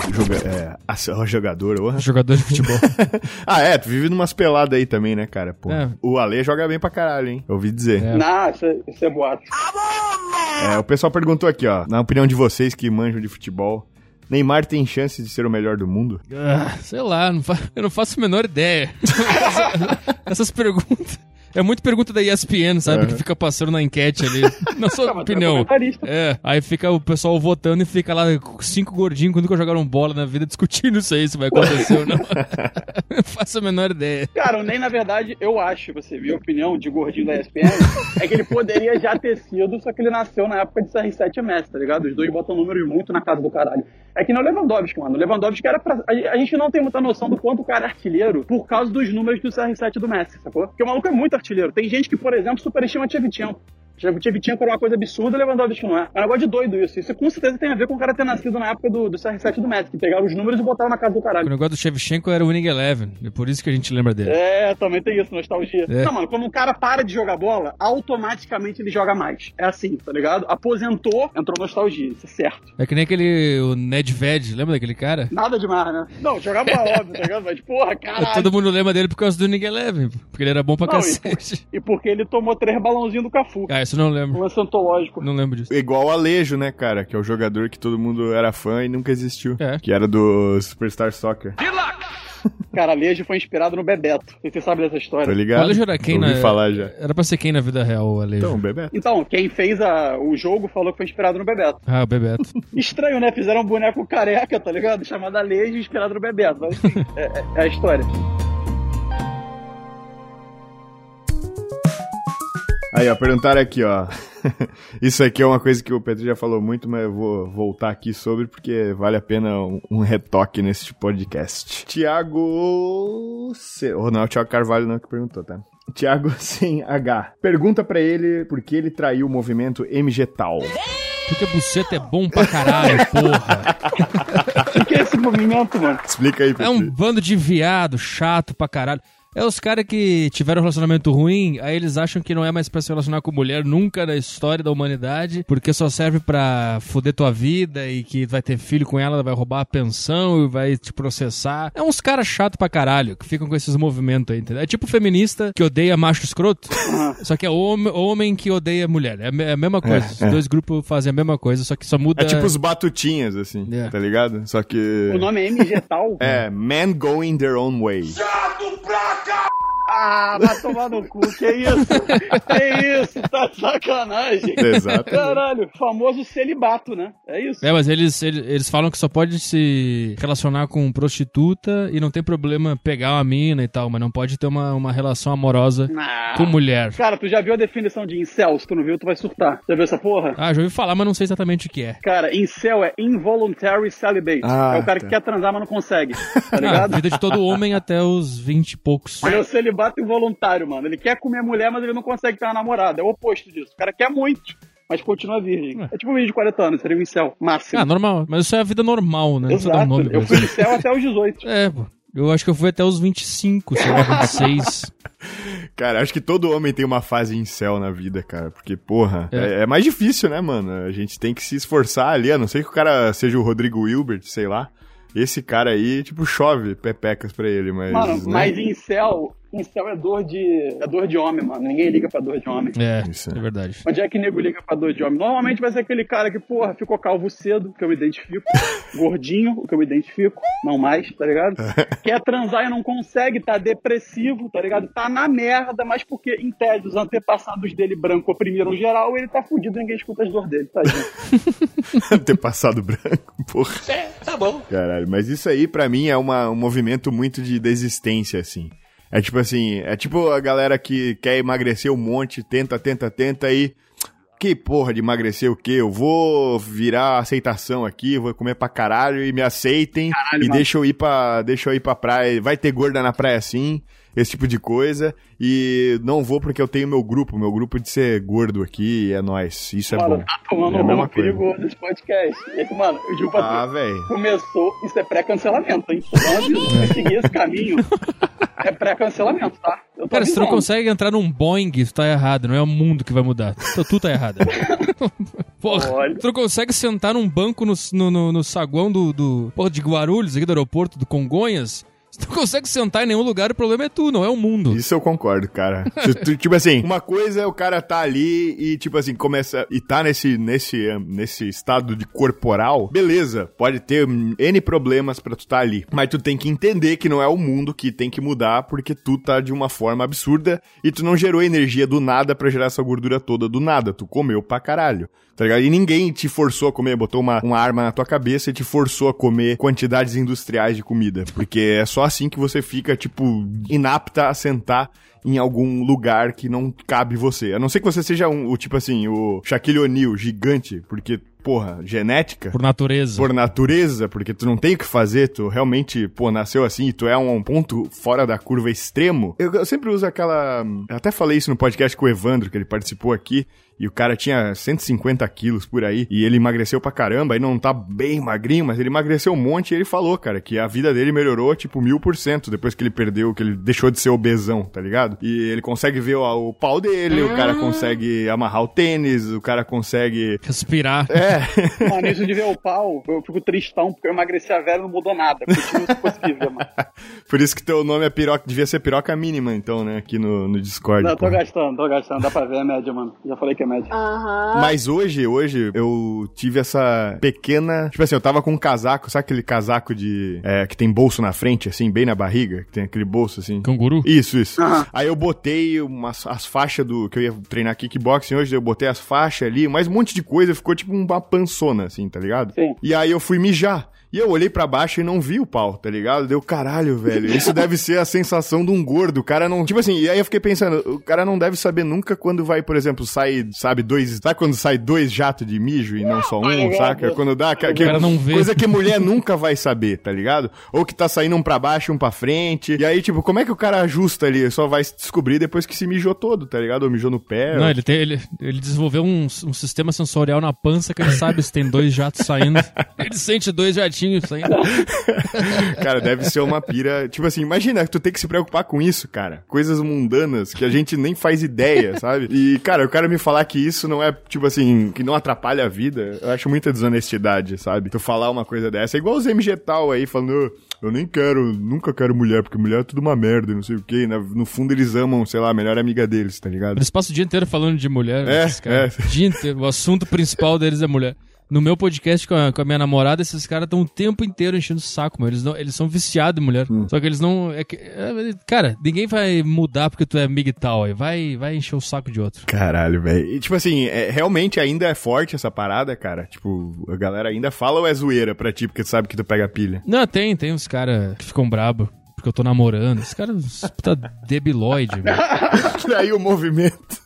jogador. Jogador de futebol. Tu vive numas peladas aí também, né, cara? Pô, o Ale joga bem pra caralho, hein? Eu ouvi dizer. Não, isso é boato. O pessoal perguntou aqui, ó, na opinião de vocês que manjam de futebol, Neymar tem chance de ser o melhor do mundo? Sei lá, eu não faço a menor ideia. Essas perguntas... É muito pergunta da ESPN, sabe? Que fica passando na enquete ali. Na sua opinião. Aí fica o pessoal votando e fica lá 5 gordinhos que nunca jogaram bola na vida discutindo isso aí, se vai acontecer ou não. Não faço a menor ideia. Cara, o Ney, na verdade, eu acho, você viu a opinião de gordinho da ESPN, é que ele poderia já ter sido, só que ele nasceu na época de CR7 e Messi, tá ligado? Os dois botam números muito na casa do caralho. É que não é o Lewandowski, mano. O Lewandowski era pra... A gente não tem muita noção do quanto o cara é artilheiro por causa dos números do CR7 e do Messi, sacou? Porque o maluco é muito artilheiro. Tem gente que, por exemplo, superestima o Shevchenko. Shevchenko era uma coisa absurda, o Lewandowski não é. É um negócio de doido isso. Isso com certeza tem a ver com o cara ter nascido na época do CR7 e do Messi, que pegaram os números e botaram na casa do caralho. O negócio do Shevchenko era o Winning Eleven. É por isso que a gente lembra dele. Também tem isso, nostalgia. Não, mano, quando um cara para de jogar bola, automaticamente ele joga mais. É assim, tá ligado? Aposentou, entrou nostalgia. Isso é certo. É que nem o Nedved, lembra daquele cara? Nada demais, né? Não, jogava óbvio, tá ligado? Mas, porra, caralho. Todo mundo lembra dele por causa do Winning Eleven, porque ele era bom pra cacete. E porque ele tomou 3 balãozinhos do Cafu. Isso não lembro. Antológico. Não lembro disso. Igual o Alejo, né, cara? Que é o jogador que todo mundo era fã e nunca existiu. Que era do Superstar Soccer. Cara, Alejo foi inspirado no Bebeto. Você sabe dessa história? Tô ligado. O Alejo era quem falar já. Era pra ser quem na vida real, o Alejo? Então, o Bebeto. Então, quem fez o jogo falou que foi inspirado no Bebeto. O Bebeto. Estranho, né? Fizeram um boneco careca, tá ligado? Chamado Alejo e inspirado no Bebeto. Mas enfim, é a história. Aí, ó, perguntaram aqui, ó. Isso aqui é uma coisa que o Pedro já falou muito, mas eu vou voltar aqui sobre, porque vale a pena um retoque nesse podcast. Tiago... não é o Tiago Carvalho não que perguntou, tá? Tiago sem H. Pergunta pra ele por que ele traiu o movimento MG Tal. Porque buceta é bom pra caralho, porra. O que é esse movimento, mano? Explica aí, Pedro. É um bando de viado chato pra caralho. É os caras que tiveram um relacionamento ruim, aí eles acham que não é mais pra se relacionar com mulher nunca na história da humanidade, porque só serve pra foder tua vida e que vai ter filho com ela, vai roubar a pensão e vai te processar. É uns caras chatos pra caralho, que ficam com esses movimentos aí, entendeu? É tipo feminista que odeia macho escroto, só que é homem que odeia mulher. É a mesma coisa. Os dois grupos fazem a mesma coisa, só que só muda... É tipo os batutinhas, assim, tá ligado? Só que... O nome é MG tal? É, Men Going Their Own Way. Chato pra cá! Ah, vai tomar no cu, que isso? Que isso? Tá de sacanagem. Exato. Caralho, famoso celibato, né? É isso. É, mas eles falam que só pode se relacionar com prostituta e não tem problema pegar uma mina e tal, mas não pode ter uma relação amorosa com mulher. Cara, tu já viu a definição de incel? Se tu não viu, tu vai surtar. Já viu essa porra? Ah, já ouvi falar, mas não sei exatamente o que é. Cara, incel é involuntary celibate. É o cara que quer transar, mas não consegue. Tá ligado? A vida de todo homem até os 20 e poucos. Ele é o celibato involuntário, mano. Ele quer comer mulher, mas ele não consegue ter uma namorada. É o oposto disso. O cara quer muito, mas continua virgem. É tipo um vídeo de 40 anos, seria um incel máximo. Ah, normal. Mas isso é a vida normal, né? Exato. Eu fui incel até os 18. É, pô. Eu acho que eu fui até os 25, sei lá, 26. Cara, acho que todo homem tem uma fase incel na vida, cara. Porque, porra, é mais difícil, né, mano? A gente tem que se esforçar ali, a não ser que o cara seja o Rodrigo Hilbert, sei lá. Esse cara aí, tipo, chove pepecas pra ele, mas... Mano, né? mas incel é dor de homem, mano. Ninguém liga pra dor de homem. É verdade. Onde é que nego liga pra dor de homem? Normalmente vai ser aquele cara que, porra, ficou calvo cedo, que eu me identifico. Gordinho, o que eu me identifico. Não mais, tá ligado? Quer transar e não consegue, tá depressivo, tá ligado? Tá na merda, mas porque, em tese, os antepassados dele branco oprimiram geral, ele tá fudido, ninguém escuta as dores dele, tadinho. Antepassado branco, porra. Tá bom. Caralho, mas isso aí pra mim é um movimento muito de desistência, assim. É tipo assim, é tipo a galera que quer emagrecer um monte, tenta e... Que porra de emagrecer o quê? Eu vou virar aceitação aqui, vou comer pra caralho e me aceitem. Caralho, e deixa eu ir pra praia. Vai ter gorda na praia sim, esse tipo de coisa. E não vou porque eu tenho meu grupo de ser gordo aqui, é nóis. Isso mano, é bom. Tá tomando um rumo perigoso nesse podcast. E, mano, o Gil velho. Começou, isso é pré-cancelamento, hein? Então, seguir esse caminho é pré-cancelamento, tá? Cara, se tu não consegue entrar num Boeing, tu tá errado, não é o mundo que vai mudar. Então, tu tá errado. Porra, tu não consegue sentar num banco no saguão porra, de Guarulhos, aqui do aeroporto do Congonhas? Se tu não consegue sentar em nenhum lugar, o problema é tu, não é o mundo. Isso eu concordo, cara. Tipo assim, uma coisa é o cara tá ali e, tipo assim, começa... E tá nesse estado de corporal, beleza, pode ter N problemas pra tu tá ali. Mas tu tem que entender que não é o mundo que tem que mudar, porque tu tá de uma forma absurda e tu não gerou energia do nada pra gerar essa gordura toda do nada. Tu comeu pra caralho, tá ligado? E ninguém te forçou a comer, botou uma arma na tua cabeça e te forçou a comer quantidades industriais de comida. Porque é só assim que você fica, tipo, inapta a sentar em algum lugar que não cabe você. A não ser que você seja tipo assim, o Shaquille O'Neal, gigante, porque... Porra, genética. Por natureza. Por natureza, porque tu não tem o que fazer, tu realmente, pô, nasceu assim e tu é um ponto fora da curva extremo. Eu sempre uso aquela... Eu até falei isso no podcast com o Evandro, que ele participou aqui, e o cara tinha 150 quilos por aí, e ele emagreceu pra caramba, e não tá bem magrinho, mas ele emagreceu um monte, e ele falou, cara, que a vida dele melhorou, tipo, 1000% depois que ele perdeu, que ele deixou de ser obesão, tá ligado? E ele consegue ver o pau dele, o cara consegue amarrar o tênis, o cara consegue... respirar. Mano, isso de ver o pau, eu fico tristão, porque eu emagreci a velha e não mudou nada. Continua isso possível, mano. Por isso que teu nome é piroca, devia ser piroca mínima, então, né, aqui no Discord. Não, tô gastando, dá pra ver a média, mano. Já falei que é média. Mas hoje eu tive essa pequena... Tipo assim, eu tava com um casaco, sabe aquele casaco que tem bolso na frente, assim, bem na barriga? Que tem aquele bolso, assim. Canguru? Isso. Aí eu botei as faixas que eu ia treinar kickboxing hoje, eu botei as faixas ali, mais um monte de coisa, ficou tipo uma pançona, assim, tá ligado? Sim. E aí eu fui mijar. E eu olhei pra baixo e não vi o pau, tá ligado? Deu caralho, velho. Isso deve ser a sensação de um gordo. O cara não... Tipo assim, e aí eu fiquei pensando, o cara não deve saber nunca quando vai, por exemplo, sair, sabe, sabe quando sai 2 jatos de mijo e não só um, saca? Quando dá... O cara não vê. Coisa que mulher nunca vai saber, tá ligado? Ou que tá saindo um pra baixo, um pra frente. E aí, tipo, como é que o cara ajusta ali? Só vai descobrir depois que se mijou todo, tá ligado? Ou mijou no pé. Não, ele desenvolveu um sistema sensorial na pança que ele sabe se tem 2 jatos saindo. Ele sente 2 jatinhos bonitinho isso aí. Cara, deve ser uma pira... Tipo assim, imagina que tu tem que se preocupar com isso, cara. Coisas mundanas que a gente nem faz ideia, sabe? E, cara, o cara me falar que isso não é, tipo assim, que não atrapalha a vida, eu acho muita desonestidade, sabe? Tu falar uma coisa dessa. É igual os MG tal aí, falando, eu nem quero, nunca quero mulher, porque mulher é tudo uma merda, não sei o quê. No fundo eles amam, sei lá, a melhor amiga deles, tá ligado? Eles passam o dia inteiro falando de mulher. O dia inteiro. O assunto principal deles é mulher. No meu podcast com a minha namorada, esses caras estão o tempo inteiro enchendo o saco, mano. Eles são viciados em mulher. Só que eles não... cara, ninguém vai mudar porque tu é amigo e tal. Aí vai encher o saco de outro. Caralho, velho. E tipo assim, realmente ainda é forte essa parada, cara? Tipo, a galera ainda fala ou é zoeira pra ti, porque tu sabe que tu pega pilha? Não, tem uns caras que ficam brabos porque eu tô namorando. Esse cara tá debilóide, velho. E aí o movimento.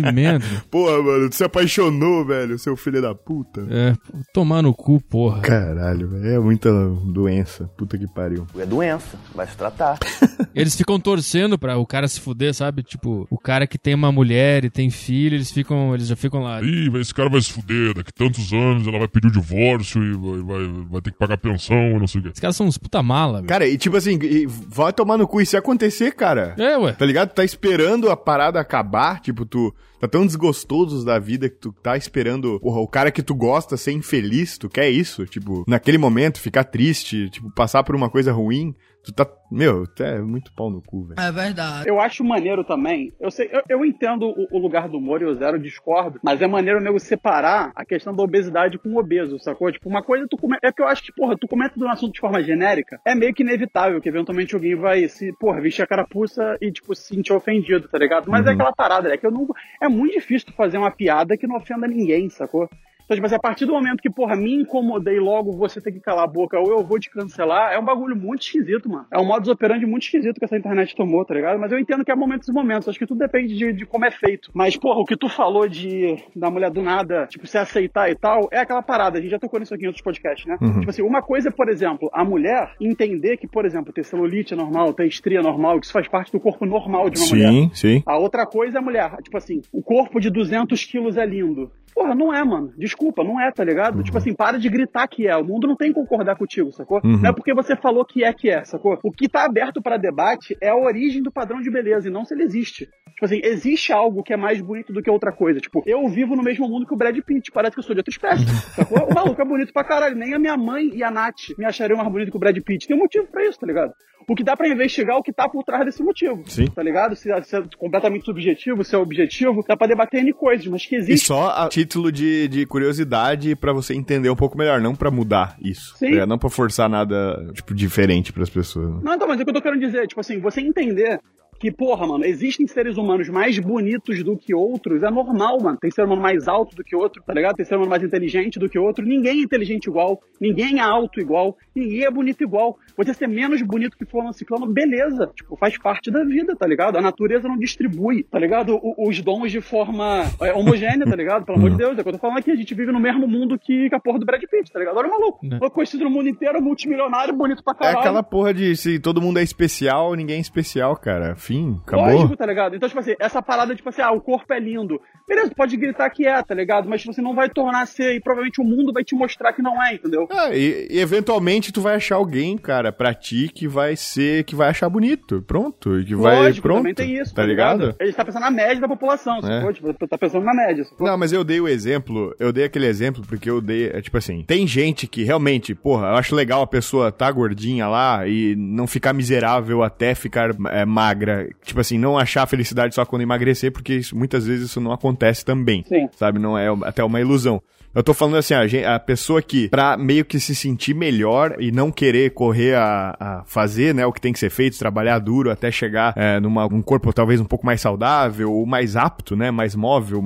Porra, mano, tu se apaixonou, velho, seu filho da puta. Tomar no cu, porra. Caralho, velho, é muita doença. Puta que pariu. É doença, vai se tratar. Eles ficam torcendo pra o cara se fuder, sabe? Tipo, o cara que tem uma mulher e tem filho, eles já ficam lá. Ih, esse cara vai se fuder, daqui tantos anos ela vai pedir o divórcio e vai ter que pagar pensão e não sei o quê. Esses caras são uns puta mala, velho. Cara, e tipo assim, vai tomar no cu, e se acontecer, cara? Ué. Tá ligado? Tu tá esperando a parada acabar, tipo, tu tá tão desgostoso da vida que tu tá esperando, porra, o cara que tu gosta ser infeliz, tu quer isso? Tipo, naquele momento, ficar triste, tipo, passar por uma coisa ruim, tu tá... Meu, tu é muito pau no cu, velho. É verdade. Eu acho maneiro também, eu entendo o lugar do humor e o Zero discordo, mas é maneiro o nego separar a questão da obesidade com o obeso, sacou? Tipo, uma coisa tu comenta... É porque eu acho que, porra, tu comenta de um assunto de forma genérica, é meio que inevitável que eventualmente alguém vai se, porra, vestir a carapuça e, tipo, se sentir ofendido, tá ligado? Mas é aquela parada, né? Que eu não... É muito difícil tu fazer uma piada que não ofenda ninguém, sacou? Então, tipo assim, a partir do momento que, porra, me incomodei logo, você tem que calar a boca ou eu vou te cancelar, é um bagulho muito esquisito, mano. É um modus operandi muito esquisito que essa internet tomou, tá ligado? Mas eu entendo que é momentos e momentos. Acho que tudo depende de como é feito. Mas, porra, o que tu falou da mulher do nada, tipo, se aceitar e tal, é aquela parada. A gente já tocou nisso aqui em outros podcasts, né? Tipo assim, uma coisa é, por exemplo, a mulher entender que, por exemplo, ter celulite é normal, ter estria é normal, que isso faz parte do corpo normal de uma mulher. Sim. A outra coisa é a mulher, tipo assim, o corpo de 200 quilos é lindo. Porra, não é, mano. Desculpa, não é, tá ligado? Tipo assim, para de gritar que é. O mundo não tem que concordar contigo, sacou? Não é porque você falou que é, sacou? O que tá aberto pra debate é a origem do padrão de beleza e não se ele existe. Tipo assim, existe algo que é mais bonito do que outra coisa. Tipo, eu vivo no mesmo mundo que o Brad Pitt. Parece que eu sou de outra espécie, sacou? O maluco é bonito pra caralho. Nem a minha mãe e a Nath me achariam mais bonito que o Brad Pitt. Tem um motivo pra isso, tá ligado? O que dá pra investigar é o que tá por trás desse motivo. Sim. Tá ligado? Se é completamente subjetivo, se é objetivo, dá pra debater N coisas, mas que existe. E só a título de curiosidade pra você entender um pouco melhor, não pra mudar isso. Sim. Não pra forçar nada, tipo, diferente pras pessoas. Não, então, mas é o que eu tô querendo dizer. Tipo assim, você entender que, porra, mano, existem seres humanos mais bonitos do que outros, é normal, mano. Tem ser humano mais alto do que outro, tá ligado? Tem ser humano mais inteligente do que outro. Ninguém é inteligente igual, ninguém é alto igual, ninguém é bonito igual. Você ser menos bonito que fulano ciclano, beleza. Tipo, faz parte da vida, tá ligado? A natureza não distribui, tá ligado? Os dons de forma homogênea, tá ligado? Pelo amor de Deus, é o que eu tô falando aqui. A gente vive no mesmo mundo que a porra do Brad Pitt, tá ligado? Olha o maluco. Conhecido no mundo inteiro, multimilionário, bonito pra caralho. É aquela porra de se todo mundo é especial, ninguém é especial, cara. Fim, acabou. Lógico, tá ligado? Então, tipo assim, essa parada, tipo assim, o corpo é lindo. Beleza, tu pode gritar que é, tá ligado? Mas você não vai tornar ser, e provavelmente o mundo vai te mostrar que não é, entendeu? E eventualmente tu vai achar alguém, cara, pra ti que vai achar bonito. Pronto. E que vai, lógico, pronto. Também tem isso, tá ligado? A gente tá pensando na média da população, sacou? Tipo, tá pensando na média, sacou? Não, mas eu dei aquele exemplo porque eu dei, tipo assim, tem gente que realmente, porra, eu acho legal a pessoa tá gordinha lá e não ficar miserável até ficar magra. Tipo assim, não achar felicidade só quando emagrecer, porque muitas vezes isso não acontece também. Sim. Sabe? Não é até uma ilusão. Eu tô falando assim, a pessoa que, pra meio que se sentir melhor e não querer correr a fazer, né, o que tem que ser feito, trabalhar duro até chegar num corpo talvez um pouco mais saudável, ou mais apto, né, mais móvel,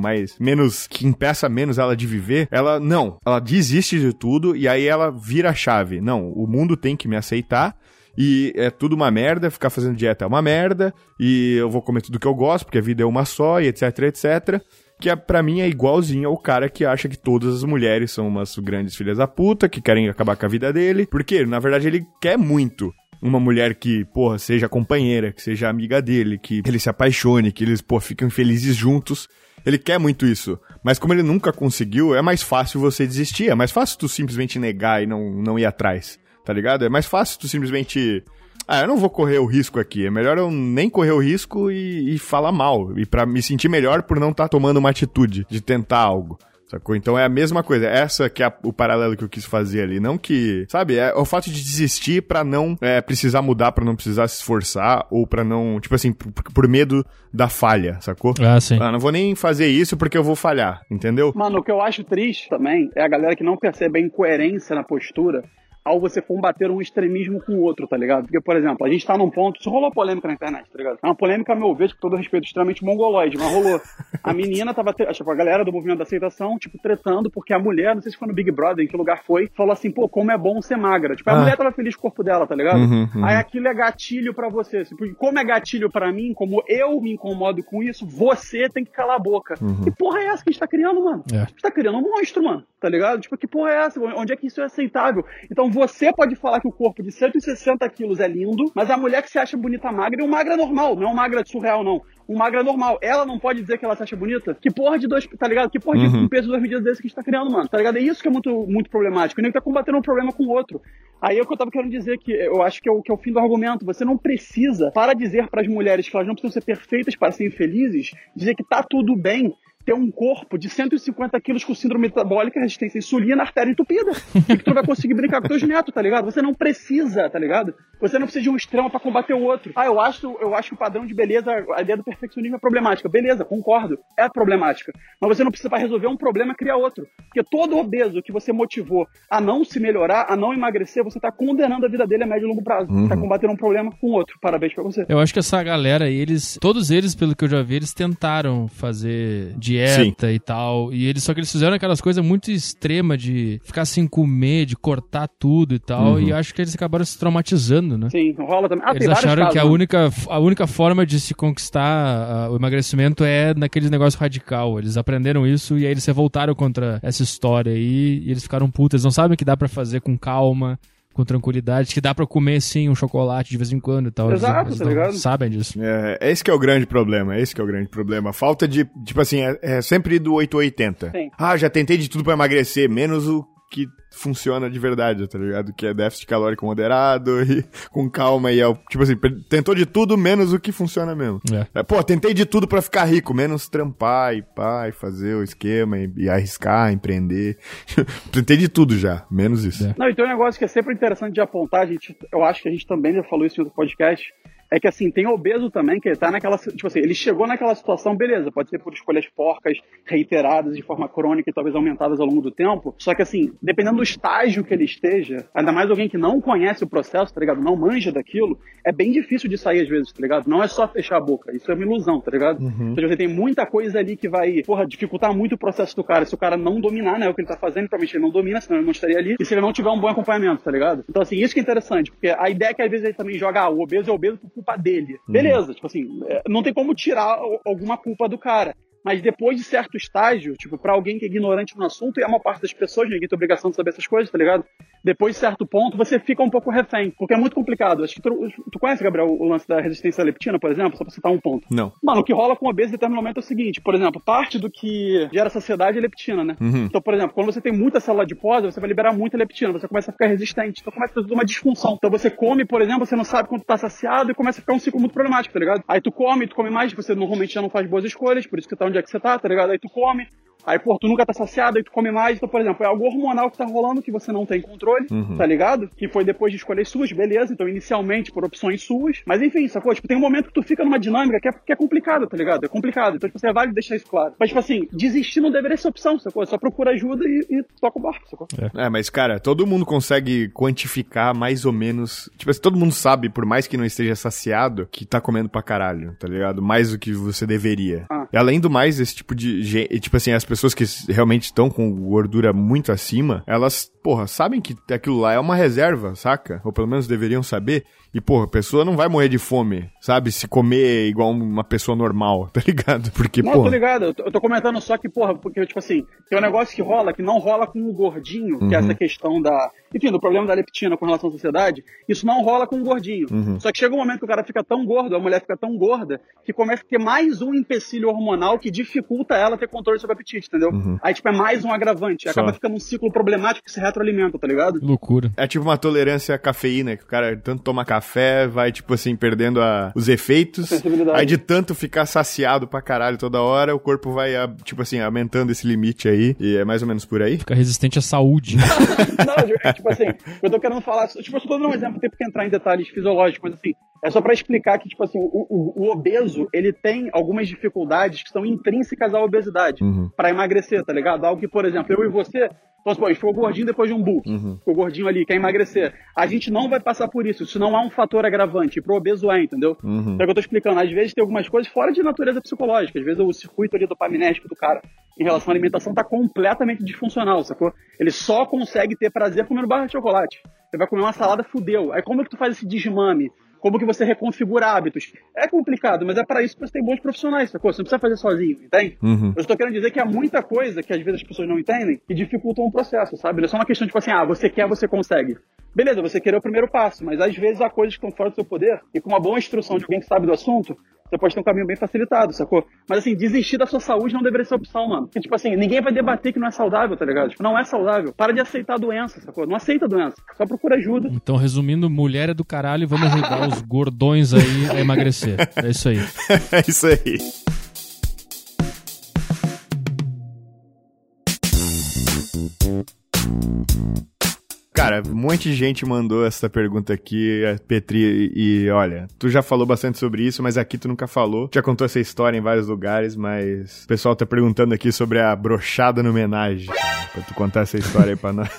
que impeça menos ela de viver, ela desiste de tudo e aí ela vira a chave. Não, o mundo tem que me aceitar. E é tudo uma merda, ficar fazendo dieta é uma merda, e eu vou comer tudo que eu gosto, porque a vida é uma só, e etc, etc. Que pra mim é igualzinho ao cara que acha que todas as mulheres são umas grandes filhas da puta, que querem acabar com a vida dele. Porque, na verdade, ele quer muito uma mulher que, porra, seja companheira, que seja amiga dele, que ele se apaixone, que eles, pô, fiquem felizes juntos. Ele quer muito isso. Mas como ele nunca conseguiu, é mais fácil você desistir. É mais fácil tu simplesmente negar e não ir atrás, tá ligado? É mais fácil tu simplesmente... eu não vou correr o risco aqui. É melhor eu nem correr o risco e falar mal. E pra me sentir melhor por não estar tomando uma atitude de tentar algo. Sacou? Então é a mesma coisa. Essa que é o paralelo que eu quis fazer ali. Não que... Sabe? É o fato de desistir pra não precisar mudar, pra não precisar se esforçar, ou pra não... Tipo assim, por medo da falha, sacou? Sim. Não vou nem fazer isso porque eu vou falhar, entendeu? Mano, o que eu acho triste também é a galera que não percebe a incoerência na postura ao você combater um extremismo com o outro, tá ligado? Porque, por exemplo, a gente tá num ponto... Isso rolou polêmica na internet, tá ligado? É uma polêmica, a meu ver, com todo respeito, extremamente mongoloide, mas rolou. A menina tava... Tipo, a galera do movimento da aceitação, tipo, tretando, porque a mulher, não sei se foi no Big Brother, em que lugar foi, falou assim, pô, como é bom ser magra. Tipo, a mulher tava feliz com o corpo dela, tá ligado? Aí aquilo é gatilho pra você. Tipo, como é gatilho pra mim, como eu me incomodo com isso, você tem que calar a boca. Que porra é essa que a gente tá criando, mano? A gente tá criando um monstro, mano. Tá ligado? Tipo, que porra é essa? Onde é que isso é aceitável? Então você pode falar que o corpo de 160 quilos é lindo, mas a mulher que se acha bonita magra é um magra normal, não é um magra surreal, não. Um magra normal. Ela não pode dizer que ela se acha bonita? Que porra de tá ligado? Que porra de um peso de 2 medidas desse que a gente tá criando, mano? Tá ligado? É isso que é muito, muito problemático. E nem tá combatendo um problema com o outro. Aí é o que eu tava querendo dizer, que eu acho que é o fim do argumento. Você não precisa, para dizer pras mulheres que elas não precisam ser perfeitas para serem felizes, dizer que tá tudo bem ter um corpo de 150 quilos com síndrome metabólica, resistência à insulina, artéria entupida. E que tu vai conseguir brincar com teus netos, tá ligado? Você não precisa, tá ligado? Você não precisa de um extremo pra combater o outro. Eu acho que o padrão de beleza, a ideia do perfeccionismo é problemática. Beleza, concordo. É problemática. Mas você não precisa, para resolver um problema, criar outro. Porque todo obeso que você motivou a não se melhorar, a não emagrecer, você tá condenando a vida dele a médio e longo prazo. Tá combatendo um problema com outro. Parabéns pra você. Eu acho que essa galera aí, todos eles, pelo que eu já vi, eles tentaram fazer dieta e tal, e só que eles fizeram aquelas coisas muito extremas de ficar sem comer, de cortar tudo e tal, e acho que eles acabaram se traumatizando, né? Sim, rola também. Eles acharam que a única forma de se conquistar o emagrecimento é naquele negócio radical. Eles aprenderam isso e aí eles se voltaram contra essa história aí, e eles ficaram putos. Eles não sabem que dá pra fazer com calma, com tranquilidade, que dá pra comer, sim, um chocolate de vez em quando e tal. Exato, eles tá ligado? Sabem disso. Esse que é o grande problema, Falta de, tipo assim, sempre do 880. Sim. Já tentei de tudo pra emagrecer, menos o que funciona de verdade, tá ligado? Que é déficit calórico moderado e com calma e tipo assim, tentou de tudo menos o que funciona mesmo. Tentei de tudo pra ficar rico, menos trampar e fazer o esquema e arriscar, empreender. Tentei de tudo já, menos isso. Não, e tem um negócio que é sempre interessante de apontar, eu acho que a gente também já falou isso em outro podcast, é que assim, tem obeso também, que tá naquela, tipo assim, ele chegou naquela situação, beleza, pode ser por escolhas porcas, reiteradas de forma crônica e talvez aumentadas ao longo do tempo, só que assim, dependendo do estágio que ele esteja, ainda mais alguém que não conhece o processo, tá ligado, não manja daquilo, é bem difícil de sair às vezes, tá ligado, não é só fechar a boca, isso é uma ilusão, tá ligado, então você tem muita coisa ali que vai, dificultar muito o processo do cara, se o cara não dominar, né, o que ele tá fazendo, provavelmente ele não domina, senão ele não estaria ali, e se ele não tiver um bom acompanhamento, tá ligado, então assim, isso que é interessante, porque a ideia é que às vezes ele também joga, o obeso é obeso por culpa dele. Beleza, tipo assim, não tem como tirar alguma culpa do cara. Mas depois de certo estágio, tipo, pra alguém que é ignorante no assunto, e a maior parte das pessoas, ninguém tem obrigação de saber essas coisas, tá ligado? Depois de certo ponto, você fica um pouco refém, porque é muito complicado. Acho que tu conhece, Gabriel, o lance da resistência à leptina, por exemplo? Só pra citar um ponto. Não. Mano, o que rola com o obeso em determinado momento é o seguinte, por exemplo, parte do que gera saciedade é leptina, né? Então, por exemplo, quando você tem muita célula adiposa, você vai liberar muita leptina, você começa a ficar resistente, então começa a ter uma disfunção. Então você come, por exemplo, você não sabe quando tá saciado e começa a ficar um ciclo muito problemático, tá ligado? Aí tu come mais, você normalmente já não faz boas escolhas, por isso que tá onde é que você tá ligado? Aí tu come, aí, tu nunca tá saciado, aí tu come mais. Então, por exemplo, é algo hormonal que tá rolando que você não tem controle, tá ligado? Que foi depois de escolhas suas, beleza. Então, inicialmente, por opções suas. Mas, enfim, sacou? Tipo, tem um momento que tu fica numa dinâmica que é complicada, tá ligado? É complicado. Então, tipo, é válido deixar isso claro. Mas, tipo assim, desistir não deveria ser opção, sacou? Só procura ajuda e toca o barco, sacou? Mas, cara, todo mundo consegue quantificar mais ou menos... Tipo assim, todo mundo sabe, por mais que não esteja saciado, que tá comendo pra caralho, tá ligado? Mais do que você deveria. E além do mais, esse tipo de... Tipo assim, as pessoas que realmente estão com gordura muito acima, elas, porra, sabem que aquilo lá é uma reserva, saca? Ou pelo menos deveriam saber. E, porra, a pessoa não vai morrer de fome, sabe? Se comer igual uma pessoa normal, tá ligado? Porque, não, porra... tô ligado. Eu tô comentando só que, porra, porque, tipo assim, tem um negócio que rola, que não rola com o gordinho, que é essa questão da... Enfim, do problema da leptina com relação à sociedade, isso não rola com o gordinho. Só que chega um momento que o cara fica tão gordo, a mulher fica tão gorda, que começa a ter mais um empecilho hormonal que dificulta ela ter controle sobre o apetite, entendeu? Aí, tipo, é mais um agravante. Acaba ficando um ciclo problemático que se retroalimenta, tá ligado? Loucura. É tipo uma tolerância à cafeína, que o cara tanto toma café, vai, tipo assim, perdendo os efeitos. Aí de tanto ficar saciado pra caralho toda hora, o corpo vai, tipo assim, aumentando esse limite aí. E é mais ou menos por aí. Fica resistente à saúde. Não, tipo assim, eu tô querendo falar... Tipo, eu tô dando um exemplo, tem que entrar em detalhes fisiológicos, mas assim, é só pra explicar que, tipo assim, o obeso, ele tem algumas dificuldades que são intrínsecas à obesidade pra emagrecer, tá ligado? Algo que, por exemplo, eu e você... Então, a gente ficou gordinho depois de um book, ficou gordinho ali, quer emagrecer. A gente não vai passar por isso. Isso não é um fator agravante. Pro obeso é, entendeu? Então, é o que eu tô explicando. Às vezes tem algumas coisas fora de natureza psicológica. Às vezes o circuito ali dopaminérgico do cara em relação à alimentação tá completamente disfuncional, sacou? Ele só consegue ter prazer comendo barra de chocolate. Você vai comer uma salada, fudeu. Aí como é que tu faz esse desmame? Como que você reconfigura hábitos? É complicado, mas é para isso que você tem bons profissionais, sacou? Você não precisa fazer sozinho, entende? Eu estou querendo dizer que há muita coisa que às vezes as pessoas não entendem que dificultam o processo, sabe? Não é só uma questão de tipo assim, você quer, você consegue. Beleza, você querer é o primeiro passo, mas às vezes há coisas que estão fora do seu poder e com uma boa instrução de alguém que sabe do assunto, você pode ter um caminho bem facilitado, sacou? Mas assim, desistir da sua saúde não deveria ser opção, mano. Porque, tipo assim, ninguém vai debater que não é saudável, tá ligado? Tipo, não é saudável. Para de aceitar a doença, sacou? Não aceita a doença. Só procura ajuda. Então, resumindo, mulher é do caralho e vamos ajudar os gordões aí a emagrecer. É isso aí. É isso aí. Cara, um monte de gente mandou essa pergunta aqui, Petri, e olha, tu já falou bastante sobre isso, mas aqui tu nunca falou. Já contou essa história em vários lugares, mas o pessoal tá perguntando aqui sobre a brochada no homenagem. Pra tu contar essa história aí pra nós.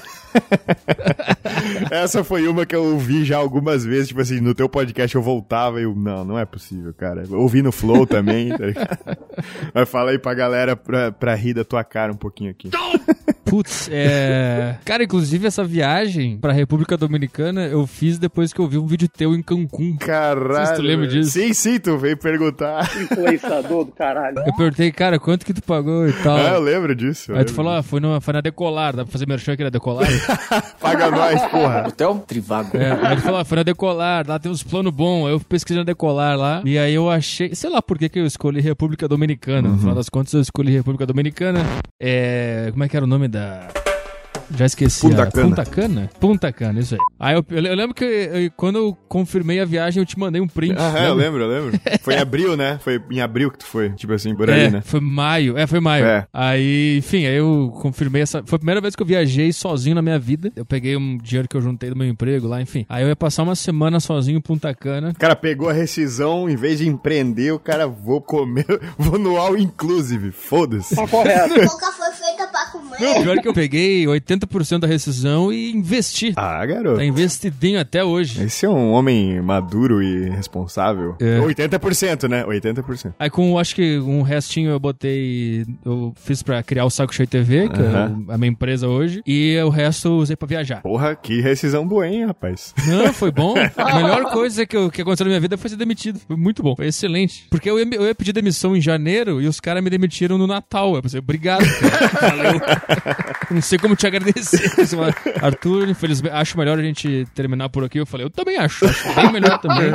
Essa foi uma que eu ouvi já algumas vezes, tipo assim, no teu podcast eu voltava e eu, não é possível, cara. Eu ouvi no Flow também, tá ligado? Mas fala aí pra galera pra rir da tua cara um pouquinho aqui. Putz, cara, inclusive essa viagem pra República Dominicana eu fiz depois que eu vi um vídeo teu em Cancún. Caralho. Não sei se tu lembra disso. Sim, tu veio perguntar. Influenciador do caralho. Eu perguntei, cara, quanto que tu pagou e tal. Eu lembro disso. Aí tu falou, foi na Decolar, dá pra fazer merchan aqui na Decolar? Paga nós, porra. Hotel Trivago. Aí ele falou, foi na Decolar, lá tem uns planos bons. Aí eu pesquisei na Decolar lá, e aí eu achei, sei lá por que eu escolhi República Dominicana. No final das contas eu escolhi República Dominicana. Como é que era o nome da... Já esqueci. Punta Cana, isso aí. Aí eu lembro que quando eu confirmei a viagem, eu te mandei um print. Eu lembro. Foi em abril, né? Foi em abril que tu foi, tipo assim, por aí, né? Foi maio. Foi maio. Aí, enfim, aí eu confirmei essa... Foi a primeira vez que eu viajei sozinho na minha vida. Eu peguei um dinheiro que eu juntei do meu emprego lá, enfim. Aí eu ia passar uma semana sozinho em Punta Cana. O cara pegou a rescisão, em vez de empreender, o cara, vou no all inclusive. Foda-se. Tá correto. Nunca foi feita pra comer. Não, pior que eu peguei 80% da rescisão e investi. Ah, garoto. Tá investidinho até hoje. Esse é um homem maduro e responsável. 80%, né? 80%. Aí acho que um restinho eu fiz pra criar o Saco Cheio TV, que é a minha empresa hoje, e o resto eu usei pra viajar. Porra, que rescisão boa, hein, rapaz? Não, foi bom. A melhor coisa que aconteceu na minha vida foi ser demitido. Foi muito bom. Foi excelente. Porque eu ia pedir demissão em janeiro e os caras me demitiram no Natal. Eu pensei, obrigado, cara. Valeu. Não sei como te agradecer. Arthur, infelizmente, acho melhor a gente terminar por aqui. Eu falei, eu também acho bem melhor também.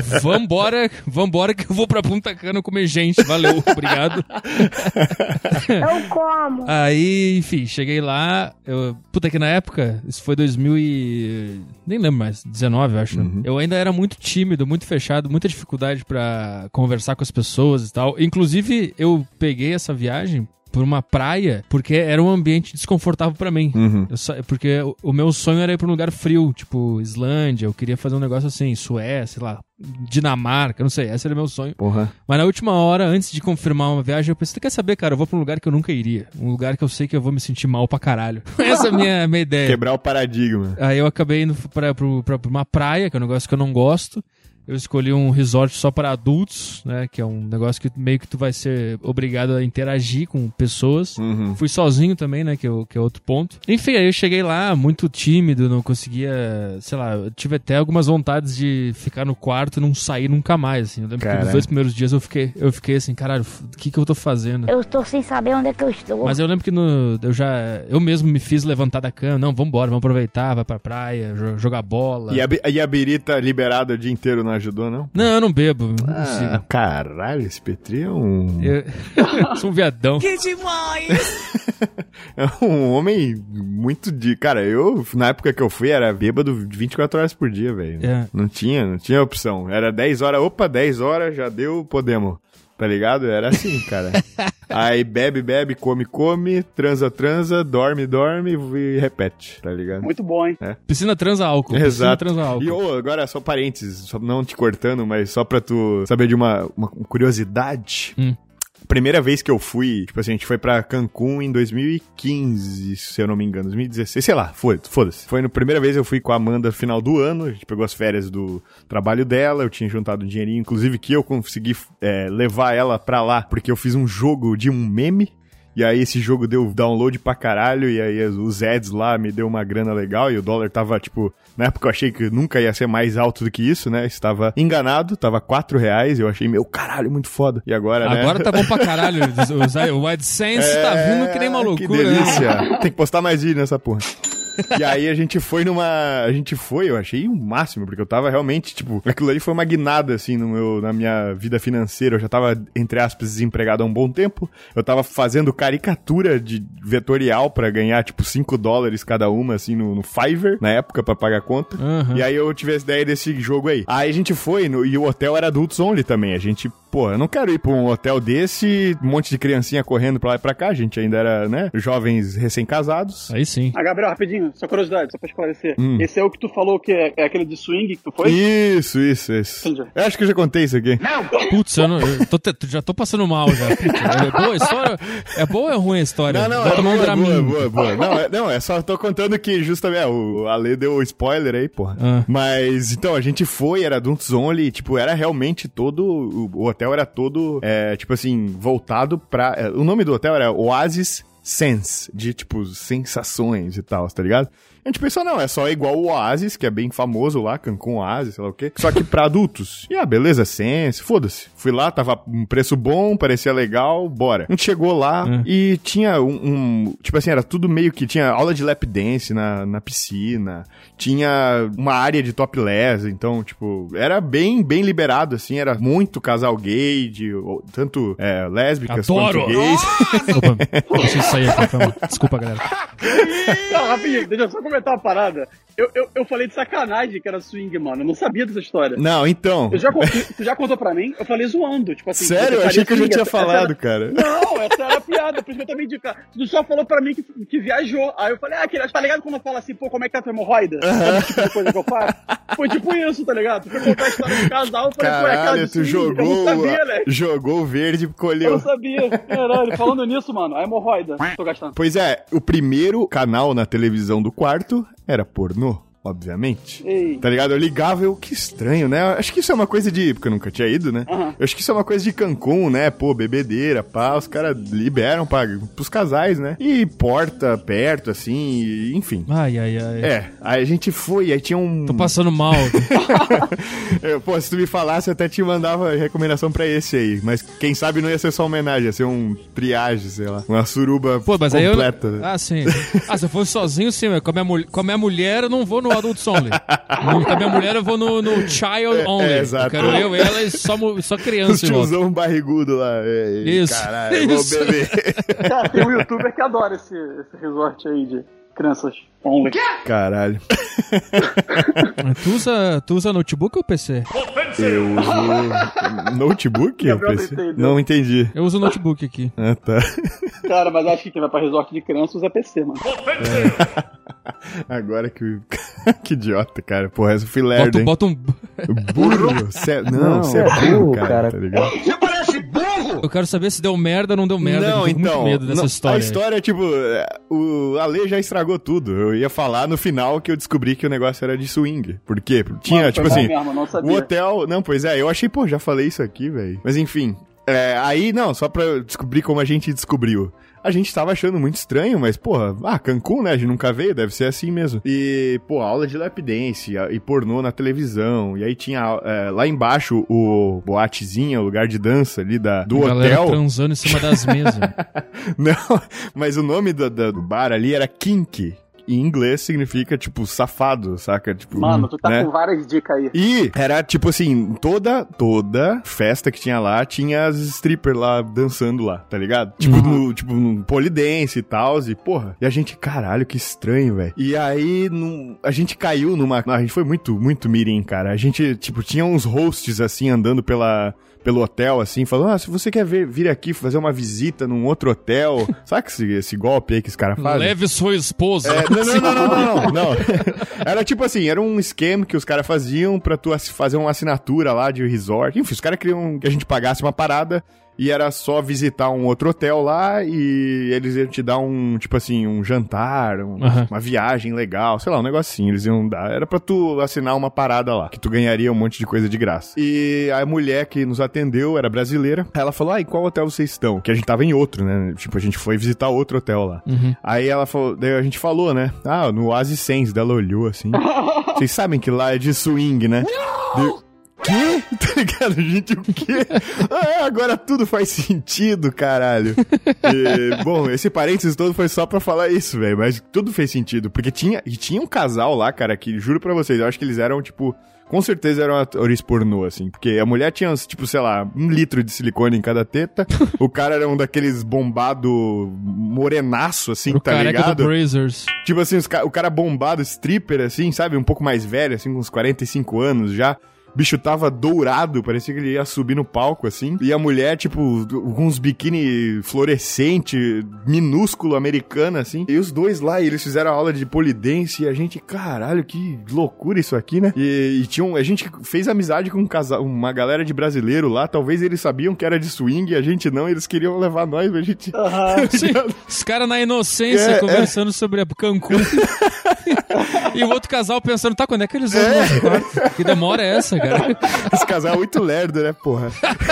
Vambora que eu vou pra Punta Cana comer gente. Valeu, obrigado. Eu como. Aí, enfim, cheguei lá. Puta que na época, isso foi 2000 e... nem lembro mais, 19, eu acho. Eu ainda era muito tímido, muito fechado, muita dificuldade pra conversar com as pessoas e tal. Inclusive, eu peguei essa viagem por uma praia, porque era um ambiente desconfortável pra mim. Porque o meu sonho era ir pra um lugar frio, tipo Islândia, eu queria fazer um negócio assim, Suécia, sei lá, Dinamarca, não sei, esse era o meu sonho. Mas na última hora, antes de confirmar uma viagem, eu pensei, tu quer saber, cara, eu vou pra um lugar que eu nunca iria, um lugar que eu sei que eu vou me sentir mal pra caralho. Essa é a minha ideia. Quebrar o paradigma. Aí eu acabei indo pra uma praia, que é um negócio que eu não gosto. Eu escolhi um resort só para adultos, né? Que é um negócio que meio que tu vai ser obrigado a interagir com pessoas. Fui sozinho também, né? Que é outro ponto. Enfim, aí eu cheguei lá muito tímido, não conseguia, sei lá, eu tive até algumas vontades de ficar no quarto e não sair nunca mais, assim. Eu lembro que nos 2 primeiros dias eu fiquei assim, caralho, o que eu tô fazendo? Eu estou sem saber onde é que eu estou. Mas eu lembro que eu mesmo me fiz levantar da cama, não, vambora, vamos aproveitar, vai pra praia, jogar bola. E a birita liberada o dia inteiro não ajudou, não? Não, eu não bebo. Caralho, esse Petri é um... Eu sou um viadão. Que demais! É um homem muito de... Cara, eu, na época que eu fui, era bêbado 24 horas por dia, velho. Não tinha opção. Era 10 horas, 10 horas, já deu, podemos. Tá ligado? Era assim, cara. Aí bebe, come, transa, dorme e repete, tá ligado? Muito bom, hein? Piscina transa álcool. Exato. Piscina transa álcool. E agora, só parênteses, só não te cortando, mas só pra tu saber de uma curiosidade. Primeira vez que eu fui, tipo assim, a gente foi pra Cancún em 2015, se eu não me engano, 2016, sei lá, foda-se. Foi a primeira vez que eu fui com a Amanda no final do ano, a gente pegou as férias do trabalho dela, eu tinha juntado um dinheirinho, inclusive que eu consegui levar ela pra lá, porque eu fiz um jogo de um meme. E aí esse jogo deu download pra caralho, e aí os ads lá me deu uma grana legal, e o dólar tava, tipo, na época eu achei que nunca ia ser mais alto do que isso, né? Estava enganado, tava R$4, eu achei, meu caralho, muito foda. E agora, né? Agora tá bom pra caralho, o AdSense tá vindo que nem uma loucura. Que delícia. Né? Tem que postar mais vídeo nessa porra. E aí a gente foi, eu achei o máximo, porque eu tava realmente, tipo, aquilo ali foi uma guinada, assim, na minha vida financeira. Eu já tava, entre aspas, desempregado há um bom tempo. Eu tava fazendo caricatura de vetorial pra ganhar, tipo, $5 cada uma, assim, no Fiverr, na época, pra pagar a conta. E aí eu tive essa ideia desse jogo aí. Aí a gente foi, e o hotel era adults only também. A gente, eu não quero ir pra um hotel desse, um monte de criancinha correndo pra lá e pra cá. A gente ainda era, né, jovens recém-casados. Aí sim. Gabriel, rapidinho. Só curiosidade, só pra esclarecer. Esse é o que tu falou que é aquele de swing que tu foi? Isso. Entendi. Eu acho que eu já contei isso aqui. Não! Putz, já tô passando mal já. Putz, é boa a história? É boa ou é ruim a história? Não, vou tomar um Dramin. Boa. Não, é só tô contando que justamente, o Ale deu o spoiler aí, porra. Mas, então, a gente foi, era adults only, tipo, era realmente todo, o hotel era todo, tipo assim, voltado pra, o nome do hotel era Oasis Sense, de, tipo, sensações e tal, tá ligado? A gente pensou, não, é só igual o Oasis, que é bem famoso lá, Cancún Oasis, sei lá o quê. Só que pra adultos. E beleza, Sense, foda-se. Fui lá, tava um preço bom, parecia legal, bora. A gente chegou lá e tinha tipo assim, era tudo meio que, tinha aula de lap dance na piscina, tinha uma área de topless, então, tipo, era bem liberado, assim, era muito casal gay, tanto lésbicas quanto gays. Deixa eu sair aqui, desculpa, galera. Não, rapidinho, deixa eu só comentar uma parada. Eu falei de sacanagem que era swing, mano. Eu não sabia dessa história. Não, então. Tu já contou pra mim? Eu falei zoando. Tipo assim. Sério? Eu achei que eu já tinha falado, cara. Não, essa era a piada. Por isso que eu também digo. Tu só falou pra mim que viajou. Aí eu falei, tá ligado quando eu falo assim, pô, como é que tá a tua hemorroida? Sabe o tipo de coisa que eu faço? Foi tipo isso, tá ligado? Tu foi contar a história do casal. Eu falei, pô, é aquela de swing. Jogou, eu não sabia, né? Jogou o verde e colheu. Eu não sabia. Caralho, falando nisso, mano, a hemorroida. Tô gastando. Pois é, o primeiro canal na televisão do quarto era pornô. Obviamente. Ei. Tá ligado? Eu ligava, que estranho, né? Acho que isso é uma coisa de... Porque eu nunca tinha ido, né? Eu acho que isso é uma coisa de Cancún, né? Pô, bebedeira, pá. Os caras liberam pros casais, né? E porta perto, assim, enfim. Ai. Aí a gente foi, aí tinha um... Tô passando mal. Pô, se tu me falasse, eu até te mandava recomendação pra esse aí. Mas quem sabe não ia ser só homenagem, ia ser um triagem, sei lá. Uma suruba mas completa. Aí eu... sim. Se eu fosse sozinho, sim, mas com a minha mulher, eu não vou no Adults Only. Com a minha mulher, eu vou no Child Only. Exato. Eu quero ela e só criança. O tiozão barrigudo lá. Isso. Caralho, vou beber. Cara, tem um youtuber que adora esse resort aí de crianças only. Caralho. Tu usa notebook ou PC? Eu uso notebook ou PC? Não entendi. Eu uso notebook aqui. Ah, tá. Cara, mas acho que quem vai pra resort de criança usa PC, mano. Agora que... que idiota, cara. Porra, essa fui lerdo, hein? Bota um... Burro? Não, você é burro, cara. Tá ligado? Você parece burro! Eu quero saber se deu merda ou não deu merda. Não, eu tô com muito medo dessa história. A história, tipo, o Ale já estragou tudo. Eu ia falar no final que eu descobri que o negócio era de swing. Por quê? Tinha, Mano, tipo assim, mesmo, não sabia. o hotel... Não, pois é, eu achei, pô, já falei isso aqui, velho. Mas enfim, aí, não, só pra descobrir como a gente descobriu. A gente tava achando muito estranho, mas, porra, Cancún, né? A gente nunca veio, deve ser assim mesmo. E, pô, aula de lap dance e pornô na televisão. E aí tinha lá embaixo o boatezinho, o lugar de dança ali do hotel. A galera transando em cima das mesas. Não, mas o nome do bar ali era Kink. Em inglês significa, tipo, safado, saca? Tipo, mano, tu tá né? com várias dicas aí. E era, tipo assim, toda festa que tinha lá, tinha as strippers lá, dançando lá, tá ligado? Tipo, no polidense e tal, e porra. E a gente, caralho, que estranho, velho. E aí, a gente caiu a gente foi muito, muito mirim, cara. A gente, tipo, tinha uns hosts, assim, andando pelo hotel, assim, falando, se você quer vir aqui fazer uma visita num outro hotel, sabe esse golpe aí que os caras fazem? Leve sua esposa. Não. Era tipo assim, era um esquema que os caras faziam pra tu fazer uma assinatura lá de resort. Enfim, os caras queriam que a gente pagasse uma parada e era só visitar um outro hotel lá e eles iam te dar um jantar, uma viagem legal, sei lá, um negocinho, eles iam dar. Era pra tu assinar uma parada lá, que tu ganharia um monte de coisa de graça. E a mulher que nos atendeu era brasileira, ela falou, em qual hotel vocês estão? Que a gente tava em outro, né? Tipo, a gente foi visitar outro hotel lá. Aí ela falou, daí a gente falou, né? No Oasis Sense, ela olhou assim. Vocês sabem que lá é de swing, né? Quê? Tá ligado, gente? O quê? Agora tudo faz sentido, caralho. Bom, esse parênteses todo foi só pra falar isso, velho. Mas tudo fez sentido. Porque tinha um casal lá, cara, que juro pra vocês, eu acho que eles eram, tipo... Com certeza eram atores pornô, assim. Porque a mulher tinha, tipo, sei lá, 1 litro de silicone em cada teta. O cara era um daqueles bombado morenaço, assim, tá ligado? Do Brazers. Tipo assim, o cara bombado, stripper, assim, sabe? Um pouco mais velho, assim, com uns 45 anos já. O bicho tava dourado, parecia que ele ia subir no palco, assim. E a mulher, tipo, com uns biquíni fluorescente, minúsculo, americana, assim. E os dois lá, eles fizeram a aula de polidense e a gente, caralho, que loucura isso aqui, né? E a gente fez amizade com uma galera de brasileiro lá. Talvez eles sabiam que era de swing e a gente não. Eles queriam levar nós, a gente... Sim, os caras na inocência conversando sobre a Cancún. E o outro casal pensando, quando é que eles vão no nosso quarto? Que demora é essa, cara? Esse casal é muito lerdo, né, porra?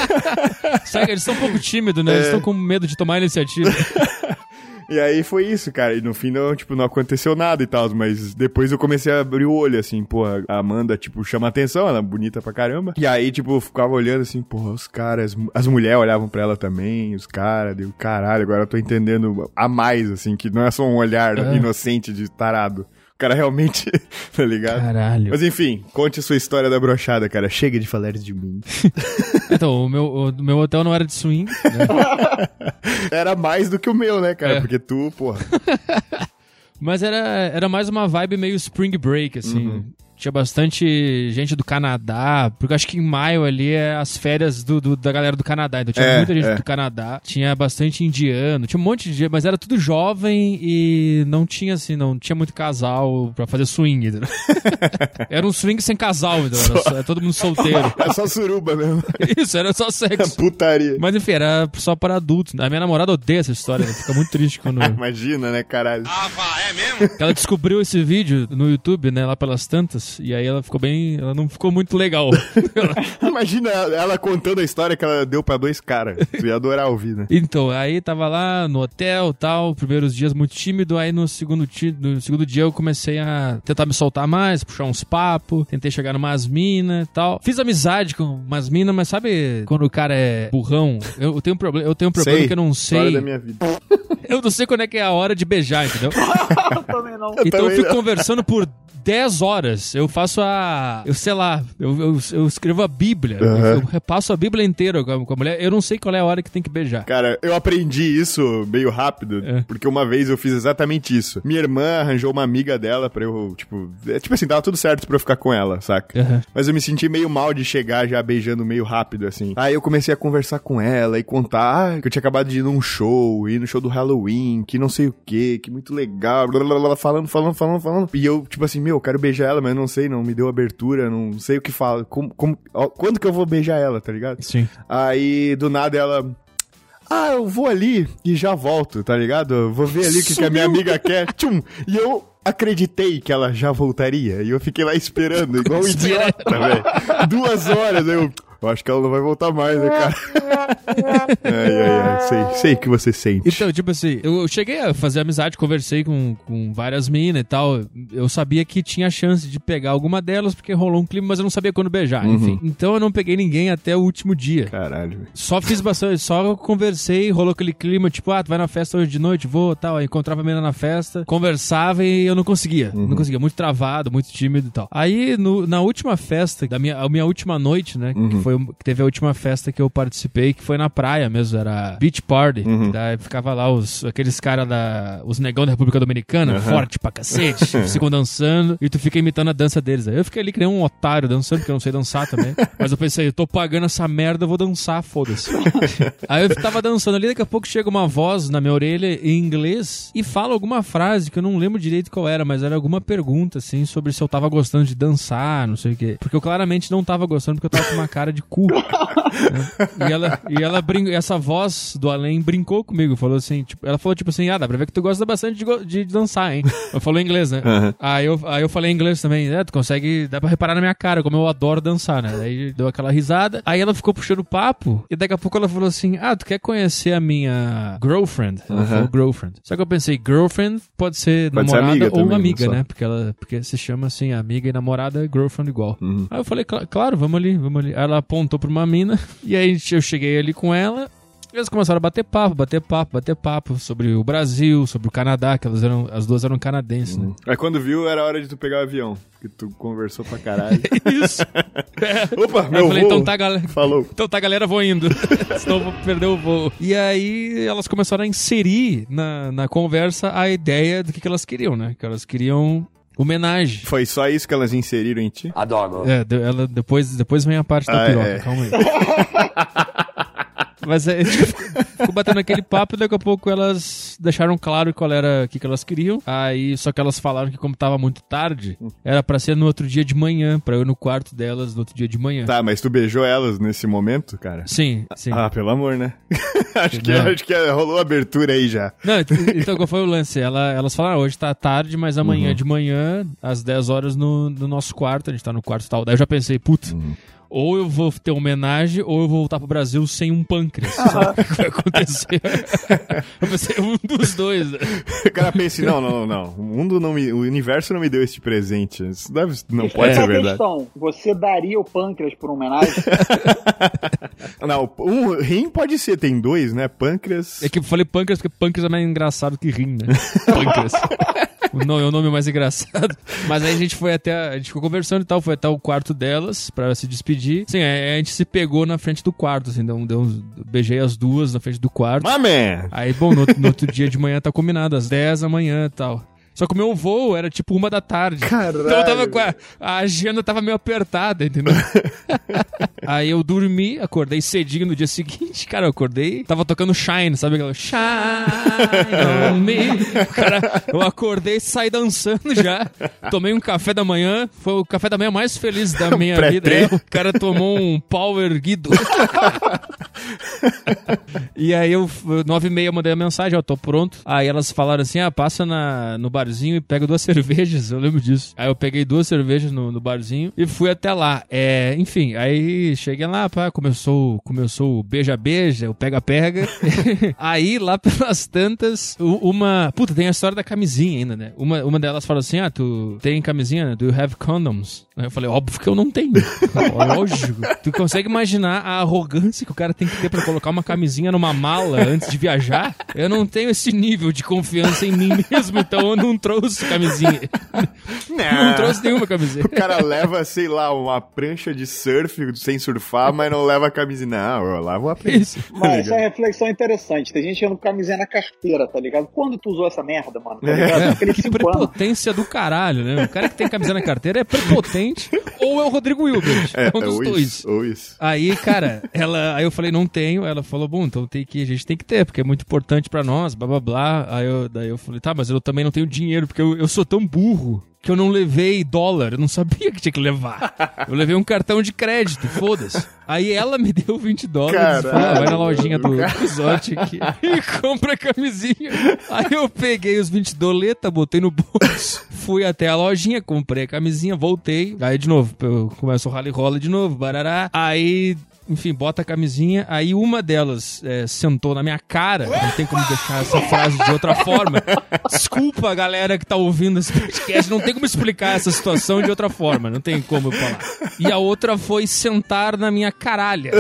Sabe, eles são um pouco tímidos, né? Eles estão com medo de tomar a iniciativa. E aí foi isso, cara. E no fim, não aconteceu nada e tal. Mas depois eu comecei a abrir o olho, assim, porra. A Amanda, tipo, chama atenção, ela é bonita pra caramba. E aí, tipo, eu ficava olhando assim, porra, os caras... As mulheres olhavam pra ela também, os caras. Deu caralho, agora eu tô entendendo a mais, assim, que não é só um olhar inocente de tarado. O cara realmente, tá ligado? Caralho. Mas enfim, conte a sua história da brochada, cara. Chega de falar de mim. Então, o meu hotel não era de swing, né? Era mais do que o meu, né, cara? Porque tu, porra... Mas era mais uma vibe meio Spring Break, assim. Tinha bastante gente do Canadá, porque eu acho que em maio ali é as férias da galera do Canadá. Então tinha muita gente do Canadá, tinha bastante indiano, tinha um monte de gente, mas era tudo jovem e não tinha muito casal pra fazer swing. Era um swing sem casal, então, era todo mundo solteiro. Era só suruba mesmo. Isso, era só sexo. Putaria. Mas enfim, era só para adultos. A minha namorada odeia essa história, né? Fica muito triste quando... Imagina, né, caralho? É mesmo? Ela descobriu esse vídeo no YouTube, né, lá pelas tantas. E aí ela não ficou muito legal. Imagina ela contando a história que ela deu pra 2 caras. Tu ia adorar ouvir, né? Então, aí tava lá no hotel e tal, primeiros dias muito tímido, aí no segundo dia eu comecei a tentar me soltar mais, puxar uns papos, tentei chegar numas minas e tal. Fiz amizade com umas minas, mas sabe quando o cara é burrão? Eu tenho um problema que eu não sei. História da minha vida. Eu não sei quando é que é a hora de beijar, entendeu? Eu também não. Então eu fico conversando por 10 horas. Eu faço eu escrevo a Bíblia. Eu repasso a Bíblia inteira com a mulher. Eu não sei qual é a hora que tem que beijar. Cara, eu aprendi isso meio rápido, porque uma vez eu fiz exatamente isso. Minha irmã arranjou uma amiga dela pra eu, tipo assim, tava tudo certo pra eu ficar com ela, saca? Mas eu me senti meio mal de chegar já beijando meio rápido, assim. Aí eu comecei a conversar com ela e contar que eu tinha acabado de ir num show, ir no show do Halloween, que não sei o que muito legal, blá, blá, blá, falando. E eu, tipo assim, eu quero beijar ela, mas não sei, não me deu abertura, não sei o que fala. Quando que eu vou beijar ela, tá ligado? Sim. Aí, do nada, ela... eu vou ali e já volto, tá ligado? Eu vou ver ali o que a minha amiga quer. Tchum! E eu acreditei que ela já voltaria. E eu fiquei lá esperando, igual um idiota, velho. 2 horas, eu acho que ela não vai voltar mais, né, cara? Sei que você sente. Então, tipo assim, eu cheguei a fazer amizade, conversei com várias minas e tal. Eu sabia que tinha chance de pegar alguma delas, porque rolou um clima, mas eu não sabia quando beijar, enfim. Então eu não peguei ninguém até o último dia. Caralho. Só fiz bastante, só conversei, rolou aquele clima, tipo, tu vai na festa hoje de noite? Vou, tal. Aí encontrava a menina na festa, conversava e eu não conseguia. Não conseguia, muito travado, muito tímido e tal. Aí, na última festa, a minha última noite, né, que teve a última festa que eu participei, que foi na praia mesmo, era Beach Party. Daí ficava lá aqueles caras os negão da República Dominicana, forte pra cacete, ficam dançando, e tu fica imitando a dança deles. Aí eu fiquei ali que nem um otário dançando, porque eu não sei dançar também. Mas eu pensei, eu tô pagando essa merda, eu vou dançar, foda-se. Aí eu tava dançando ali, daqui a pouco chega uma voz na minha orelha em inglês e fala alguma frase que eu não lembro direito qual era, mas era alguma pergunta, assim, sobre se eu tava gostando de dançar, não sei o quê. Porque eu claramente não tava gostando, porque eu tava com uma cara de cu. E ela brincou, essa voz do além brincou comigo, falou assim, tipo, ela falou tipo assim, dá pra ver que tu gosta bastante de dançar, hein? Eu falei em inglês, né? Aí eu falei em inglês também, tu consegue, dá pra reparar na minha cara, como eu adoro dançar, né? Aí deu aquela risada, aí ela ficou puxando papo, e daqui a pouco ela falou assim, tu quer conhecer a minha girlfriend? Ela falou girlfriend. Só que eu pensei, girlfriend pode ser namorada amiga ou também, amiga, né? Porque se chama assim, amiga e namorada, girlfriend igual. Aí eu falei, claro, vamos ali. Aí ela apontou pra uma mina, e aí eu cheguei ali com ela, e eles começaram a bater papo sobre o Brasil, sobre o Canadá, que as duas eram canadenses, né? Aí quando viu, era hora de tu pegar o avião, porque tu conversou pra caralho. Isso. Opa, meu falei, voo. Então tá, galera. Falou. Então tá, galera, vou indo. Senão eu vou perder o voo. E aí elas começaram a inserir na conversa a ideia do que elas queriam, né? Que elas queriam homenagem. Foi só isso que elas inseriram em ti? Adoro. Depois vem a parte da piroca, calma aí. Mas a gente ficou batendo aquele papo e daqui a pouco elas deixaram claro qual era o que elas queriam. Aí, só que elas falaram que como tava muito tarde, era pra ser no outro dia de manhã, pra eu ir no quarto delas no outro dia de manhã. Tá, mas tu beijou elas nesse momento, cara? Sim. Pelo amor, né? acho que rolou abertura aí já. Não, então qual foi o lance? Elas falaram, hoje tá tarde, mas amanhã de manhã, às 10 horas no nosso quarto, a gente tá no quarto e tal. Daí eu já pensei, ou eu vou ter homenagem, ou eu vou voltar pro Brasil sem um pâncreas. Sabe o que vai acontecer? Eu pensei, um dos dois. O cara pensa, não. O universo não me deu esse presente. Isso não pode ser verdade. Questão, você daria o pâncreas por homenagem? Não, um rim pode ser, tem 2, né? Pâncreas. É que eu falei pâncreas porque pâncreas é mais engraçado que rim, né? Pâncreas. Não, é o nome mais engraçado. Mas aí a gente ficou conversando e tal, foi até o quarto delas pra se despedir. Sim, a gente se pegou na frente do quarto, assim, beijei as duas na frente do quarto. Mamãe! Aí, bom, no outro dia de manhã tá combinado, às 10 da manhã e tal. Só que o meu voo era tipo 1 da tarde. Caralho. Então eu tava a agenda tava meio apertada, entendeu? Aí eu dormi, acordei cedinho no dia seguinte. Cara, eu acordei, tava tocando Shine, sabe aquela Shine on me. Cara, eu acordei e saí dançando já. Tomei um café da manhã, foi o café da manhã mais feliz da minha vida. O cara tomou um pau erguido. E aí eu, 9h30, mandei a mensagem, tô pronto. Aí elas falaram assim, passa no barzinho e pega 2 cervejas, eu lembro disso. Aí eu peguei 2 cervejas no barzinho e fui até lá. Enfim, aí cheguei lá, começou o beija-beija, o pega-pega. Aí, lá pelas tantas, Puta, tem a história da camisinha ainda, né? Uma delas falou assim, tu tem camisinha? Do you have condoms? Aí eu falei, óbvio que eu não tenho. Lógico. Tu consegue imaginar a arrogância que o cara tem que ter pra colocar uma camisinha numa mala antes de viajar? Eu não tenho esse nível de confiança em mim mesmo, então eu não trouxe camisinha. Não trouxe nenhuma camisinha. O cara leva, sei lá, uma prancha de surf sem surfar, mas não leva a camisinha. Não, eu levo a prancha. Mas essa é uma reflexão interessante. Tem gente que anda com camisinha na carteira, tá ligado? Quando tu usou essa merda, mano? Tá ligado? Que prepotência do caralho, né? O cara que tem camisinha na carteira é prepotente ou é o Rodrigo Hilbert. Um dos dois. Ou isso. Aí, cara, aí eu falei, não tenho. Ela falou, bom, então a gente tem que ter, porque é muito importante pra nós, blá blá blá. Daí eu falei, tá, mas eu também não tenho dinheiro, porque eu sou tão burro que eu não levei dólar. Eu não sabia que tinha que levar. Eu levei um cartão de crédito, foda-se. Aí ela me deu $20 e falou, vai na lojinha do Exotic aqui e compra a camisinha. Aí eu peguei os 20 doletas, botei no bolso, fui até a lojinha, comprei a camisinha, voltei. Aí de novo, eu começo o rally rola de novo, barará. Aí... Enfim, bota a camisinha, aí uma delas sentou na minha cara, não tem como deixar essa frase de outra forma. Desculpa a galera que tá ouvindo esse podcast, não tem como explicar essa situação de outra forma, não tem como eu falar. E a outra foi sentar na minha caralha.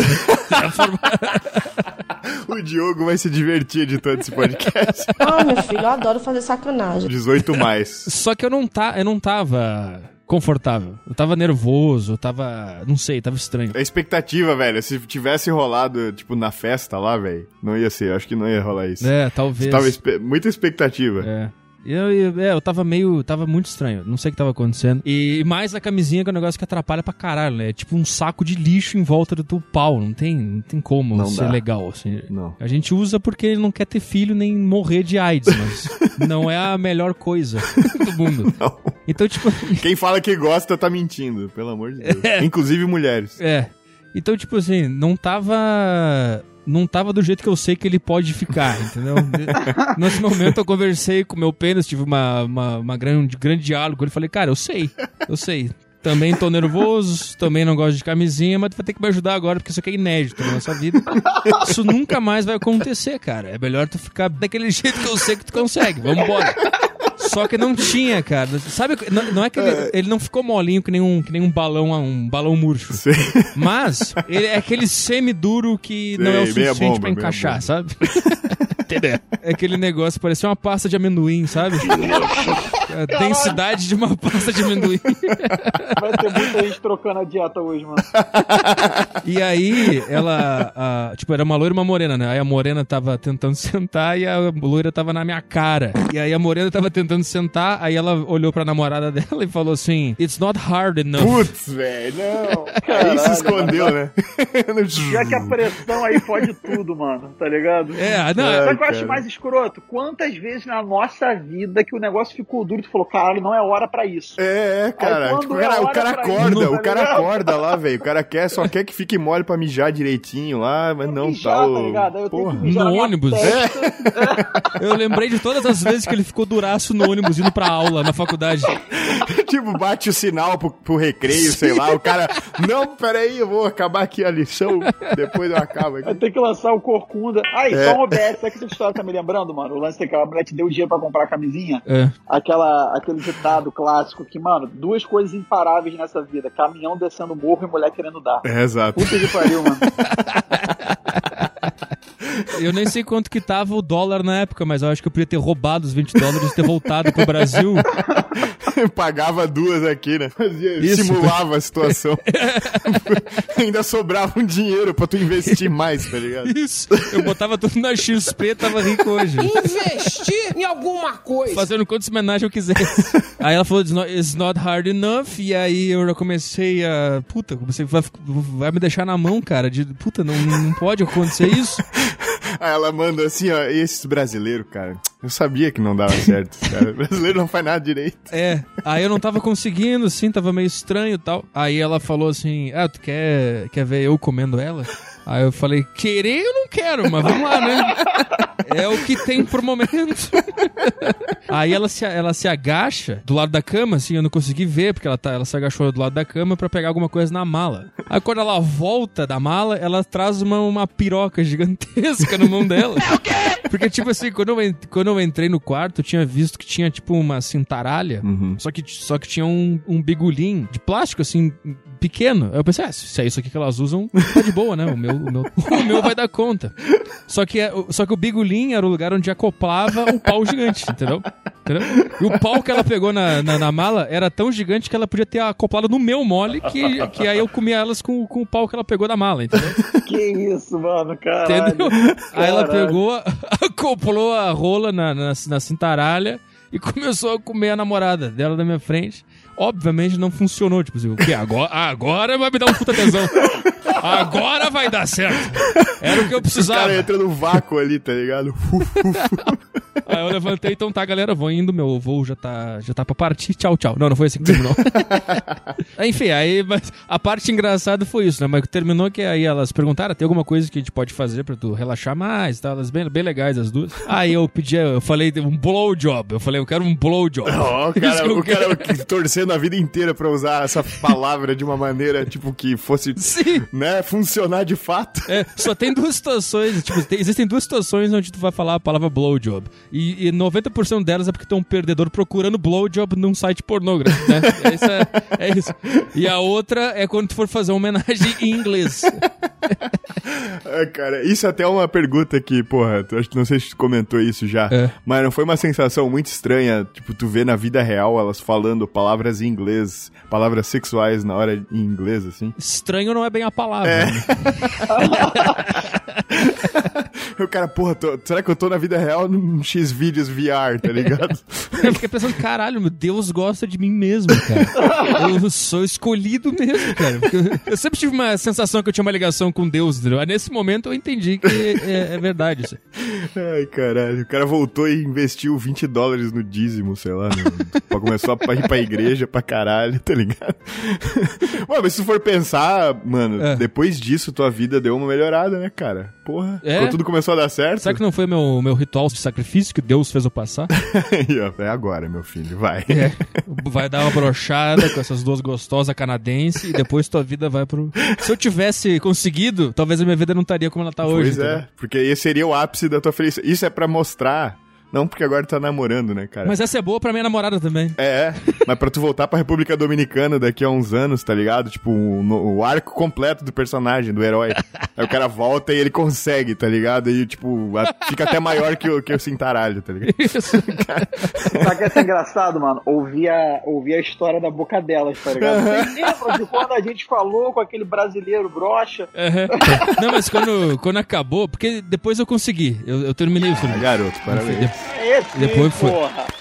O Diogo vai se divertir de todo esse podcast. Meu filho, eu adoro fazer sacanagem. 18 mais. Só que eu não tava confortável. Eu tava nervoso, eu tava... Não sei, tava estranho. A expectativa, velho, se tivesse rolado, tipo, na festa lá, velho, não ia ser, acho que não ia rolar isso. Talvez. Tava muita expectativa. Eu tava muito estranho, não sei o que tava acontecendo. E mais a camisinha, que é um negócio que atrapalha pra caralho, né? É tipo um saco de lixo em volta do teu pau, não tem como não ser legal, assim. Não. A gente usa porque não quer ter filho nem morrer de AIDS, mas não é a melhor coisa do mundo. Não. Então, tipo... Quem fala que gosta tá mentindo, pelo amor de Deus. Inclusive mulheres. Então, tipo assim, não tava do jeito que eu sei que ele pode ficar, entendeu? Nesse momento eu conversei com o meu pênis, tive uma grande diálogo. Ele falei, cara, eu sei. Também tô nervoso, também não gosto de camisinha, mas tu vai ter que me ajudar agora, porque isso aqui é inédito na nossa vida. Isso nunca mais vai acontecer, cara. É melhor tu ficar daquele jeito que eu sei que tu consegue. Vambora. Só que não tinha, cara. Sabe, não é que ele não ficou molinho que nem um balão murcho. Sim. Mas ele é aquele semi-duro que não é o suficiente pra encaixar, sabe? Entendeu? É aquele negócio, parecia uma pasta de amendoim, sabe? A densidade de uma pasta de amendoim. Vai ter muita gente trocando a dieta hoje, mano. E aí, ela... tipo, era uma loira e uma morena, né? Aí a morena tava tentando sentar e a loira tava na minha cara. E aí a morena tava tentando sentar, aí ela olhou pra namorada dela e falou assim, it's not hard enough. Putz, velho, não. Caralho, aí se escondeu, né? Já que a pressão aí fode tudo, mano, tá ligado? Sabe o que eu acho mais escroto? Quantas vezes na nossa vida que o negócio ficou duro e tu falou, caralho, não é hora pra isso. Cara. Tipo, o cara acorda, isso, o cara acorda lá, velho. O cara só quer que fique mole pra mijar direitinho lá, mas não mijar, tá ligado? Eu tenho que mijar no ônibus. Eu lembrei de todas as vezes que ele ficou duraço no ônibus indo pra aula, na faculdade. Tipo, bate o sinal pro recreio, sei lá, o cara, não, peraí, eu vou acabar aqui a lição, depois eu acabo aqui. Vai ter que lançar o Corcunda. Só um OBS, sabe que essa história tá me lembrando, mano? O lance daquela mulher te deu dinheiro pra comprar a camisinha. Aquele ditado clássico que, mano, duas coisas imparáveis nessa vida, caminhão descendo morro e mulher querendo dar. Exato. Puta que pariu, mano. Eu nem sei quanto que tava o dólar na época, mas eu acho que eu podia ter roubado os $20 e ter voltado pro Brasil. Pagava duas aqui, né? Simulava a situação. Ainda sobrava um dinheiro pra tu investir mais, tá ligado? Isso. Eu botava tudo na XP, tava rico hoje. Investir em alguma coisa. Fazendo quantas homenagens eu quisesse. Aí ela falou, it's not hard enough. E aí eu já comecei a... Puta, vai me deixar na mão, cara. Puta, não pode acontecer isso. Aí ela manda assim, ó, e esses brasileiros, cara, eu sabia que não dava certo, cara. O brasileiro não faz nada direito. Aí eu não tava conseguindo, assim, tava meio estranho e tal. Aí ela falou assim, tu quer ver eu comendo ela? Aí eu falei, querer eu não quero, mas vamos lá, né? É o que tem por momento. Aí ela se agacha do lado da cama, assim, eu não consegui ver, porque ela se agachou do lado da cama pra pegar alguma coisa na mala. Aí quando ela volta da mala, ela traz uma piroca gigantesca na mão dela. É o quê? Porque, tipo assim, quando eu entrei no quarto, eu tinha visto que tinha, tipo, uma cintaralha, só que tinha um bigulim de plástico, assim, pequeno. Aí eu pensei, se é isso aqui que elas usam, tá de boa, né? O meu vai dar conta. Só que o bigulim era o lugar onde acoplava o pau gigante, entendeu? E o pau que ela pegou na mala era tão gigante que ela podia ter acoplado no meu mole, que aí eu comia elas com o pau que ela pegou da mala, entendeu? Que isso, mano, caralho. Entendeu? Aí ela pegou, acoplou a rola na cintaralha e começou a comer a namorada dela na minha frente. Obviamente não funcionou, tipo assim, o quê? Agora vai me dar um puta tesão. Agora vai dar certo. Era o que eu precisava. O cara entra no vácuo ali, tá ligado? Aí eu levantei, então tá, galera, vou indo, meu voo já tá pra partir, tchau. Não foi assim que terminou. Enfim, aí mas a parte engraçada foi isso, né? Mas terminou que aí elas perguntaram, tem alguma coisa que a gente pode fazer pra tu relaxar mais, tá? Elas bem legais as duas. Aí eu falei um blowjob, eu quero um blowjob. O cara torcendo a vida inteira pra usar essa palavra de uma maneira, tipo, que fosse, né, funcionar de fato. Só tem duas situações, tipo, existem duas situações onde tu vai falar a palavra blowjob. E 90% delas é porque tem um perdedor procurando blowjob num site pornográfico, né? É isso. E a outra é quando tu for fazer uma homenagem em inglês. Cara, isso até é uma pergunta que, porra, não sei se tu comentou isso já, mas não foi uma sensação muito estranha, tipo, tu vê na vida real elas falando palavras em inglês, palavras sexuais na hora em inglês, assim? Estranho não é bem a palavra. Né? O cara, porra, será que eu tô na vida real num X-Vídeos VR, tá ligado? Eu fiquei pensando, caralho, meu Deus gosta de mim mesmo, cara. Eu sou escolhido mesmo, cara. Eu sempre tive uma sensação que eu tinha uma ligação com Deus, entendeu? Aí nesse momento eu entendi que é verdade isso. Ai, caralho. O cara voltou e investiu $20 no dízimo, sei lá, começou a ir pra igreja pra caralho, tá ligado? Ué, mas se tu for pensar, mano, depois disso tua vida deu uma melhorada, né, cara? Porra, quando tudo começou a dar certo. Será que não foi meu ritual de sacrifício que Deus fez eu passar? É agora, meu filho, vai. Vai dar uma brochada com essas duas gostosas canadenses e depois tua vida vai pro... Se eu tivesse conseguido, talvez a minha vida não estaria como ela tá hoje. Pois é, porque esse seria o ápice da tua felicidade. Isso é pra mostrar... Não porque agora tu tá namorando, né, cara? Mas essa é boa pra minha namorada também. Mas pra tu voltar pra República Dominicana daqui a uns anos, tá ligado? Tipo, o arco completo do personagem, do herói. Aí o cara volta e ele consegue, tá ligado? E, tipo, fica até maior que o Cintaralho, tá ligado? Isso. Sabe que é engraçado, mano? Ouvir a história da boca delas, tá ligado? Vocês lembram de quando a gente falou com aquele brasileiro broxa? Não, mas quando acabou, porque depois eu consegui. Eu terminei o filme. Garoto, parabéns. Depois foi.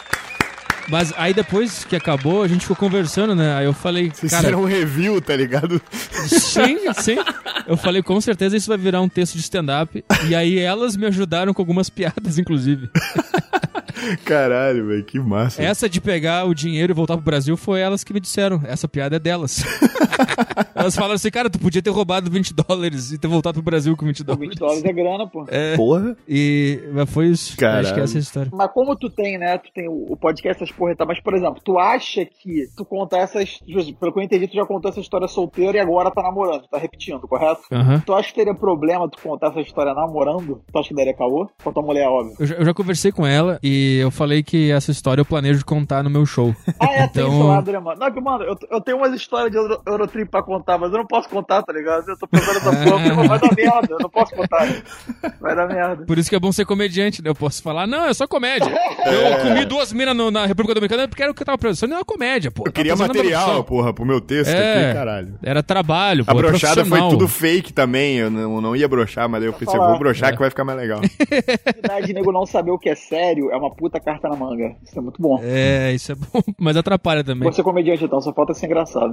Mas aí depois que acabou, a gente ficou conversando, né? Aí eu falei, vocês fizeram um review, tá ligado? Sim. Eu falei, com certeza isso vai virar um texto de stand-up. E aí elas me ajudaram com algumas piadas, inclusive. Caralho, velho, que massa. Essa de pegar o dinheiro e voltar pro Brasil foi elas que me disseram. Essa piada é delas. Elas falaram assim, cara, tu podia ter roubado $20 e ter voltado pro Brasil com $20. $20 é grana, pô. Porra. Mas foi isso. Caralho. Acho que essa é a história. Mas como tu tem, né? Tu tem o podcast, essas porra e tal. Mas, por exemplo, tu acha que tu contar essas... Pelo que eu entendi, tu já contou essa história solteira e agora tá namorando. Tu tá repetindo, correto? Tu acha que teria problema tu contar essa história namorando? Tu acha que daria caô? Com a tua mulher, óbvio. Eu já conversei com ela e eu falei que essa história eu planejo contar no meu show. Então... tem isso lá, né, mano? Não, que, mano, eu tenho umas histórias de Eurotrip pra contar, mas eu não posso contar, tá ligado? Eu tô pensando essa porra, vai dar merda, eu não posso contar. Vai dar merda. Por isso que é bom ser comediante, né? Eu posso falar, não, é só comédia. Eu comi 2 minas na República Dominicana porque era o que eu tava produzindo, é uma comédia, pô. Eu queria material, porra, pro meu texto aqui, caralho. Era trabalho, pô. A brochada foi tudo fake também, eu não ia brochar, mas eu pensei, eu vou brochar que vai ficar mais legal. A verdade de nego não saber o que é sério é uma puta carta na manga. Isso é muito bom. Isso é bom, mas atrapalha também. Você é comediante então, só falta ser engraçado.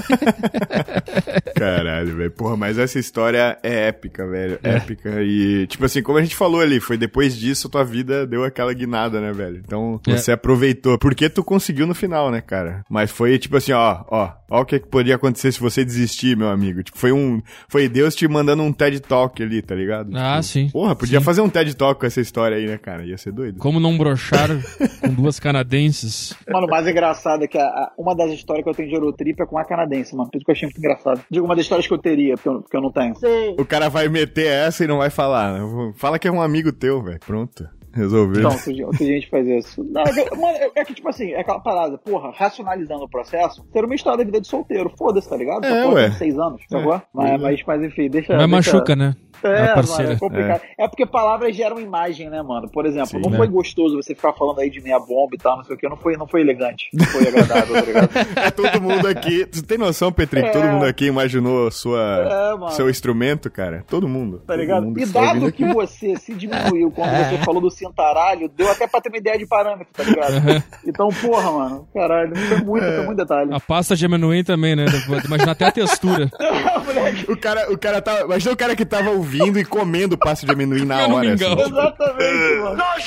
Caralho, velho. Porra, mas essa história é épica, velho. Épica. E, tipo assim, como a gente falou ali, foi depois disso tua vida deu aquela guinada, né, velho? Então, você aproveitou. Porque tu conseguiu no final, né, cara? Mas foi tipo assim, ó o que poderia acontecer se você desistir, meu amigo. Tipo, foi Deus te mandando um TED Talk ali, tá ligado? Ah, tipo, sim. Porra, podia fazer um TED Talk com essa história aí, né, cara? Ia ser doido. Como não brochar com 2 canadenses. Mano, o mais engraçado é que uma das histórias que eu tenho de Eurotrip é com a canadense, mano. Tudo que eu achei muito engraçado. Digo, uma das histórias que eu teria, porque eu não tenho. Sim. O cara vai meter essa e não vai falar, né? Fala que é um amigo teu, velho. Pronto. Resolveu. Então, tem gente que faz isso. Não, mano, é que, tipo assim, é aquela parada, porra, racionalizando o processo, ter uma história da vida de solteiro. Foda-se, tá ligado? Tem 6 anos, sacou? Mas enfim, deixa... Mas machuca, né? Mano, é complicado. É porque palavras geram imagem, né, mano? Por exemplo, não foi gostoso você ficar falando aí de meia bomba e tal, não sei o que, não foi elegante, não foi agradável, tá ligado? Todo mundo aqui, tu tem noção, Petrinho, todo mundo aqui imaginou seu instrumento, cara? Todo mundo. Tá ligado? E dado que você se diminuiu quando você falou do cintaralho, deu até pra ter uma ideia de parâmetro, tá ligado? Então, porra, mano, caralho, foi muito detalhe. A pasta de amendoim também, né? Imagina até a textura. O cara tava, imagina o cara que tava ouvindo e comendo pasta de amendoim na hora. Assim. Exatamente, mano.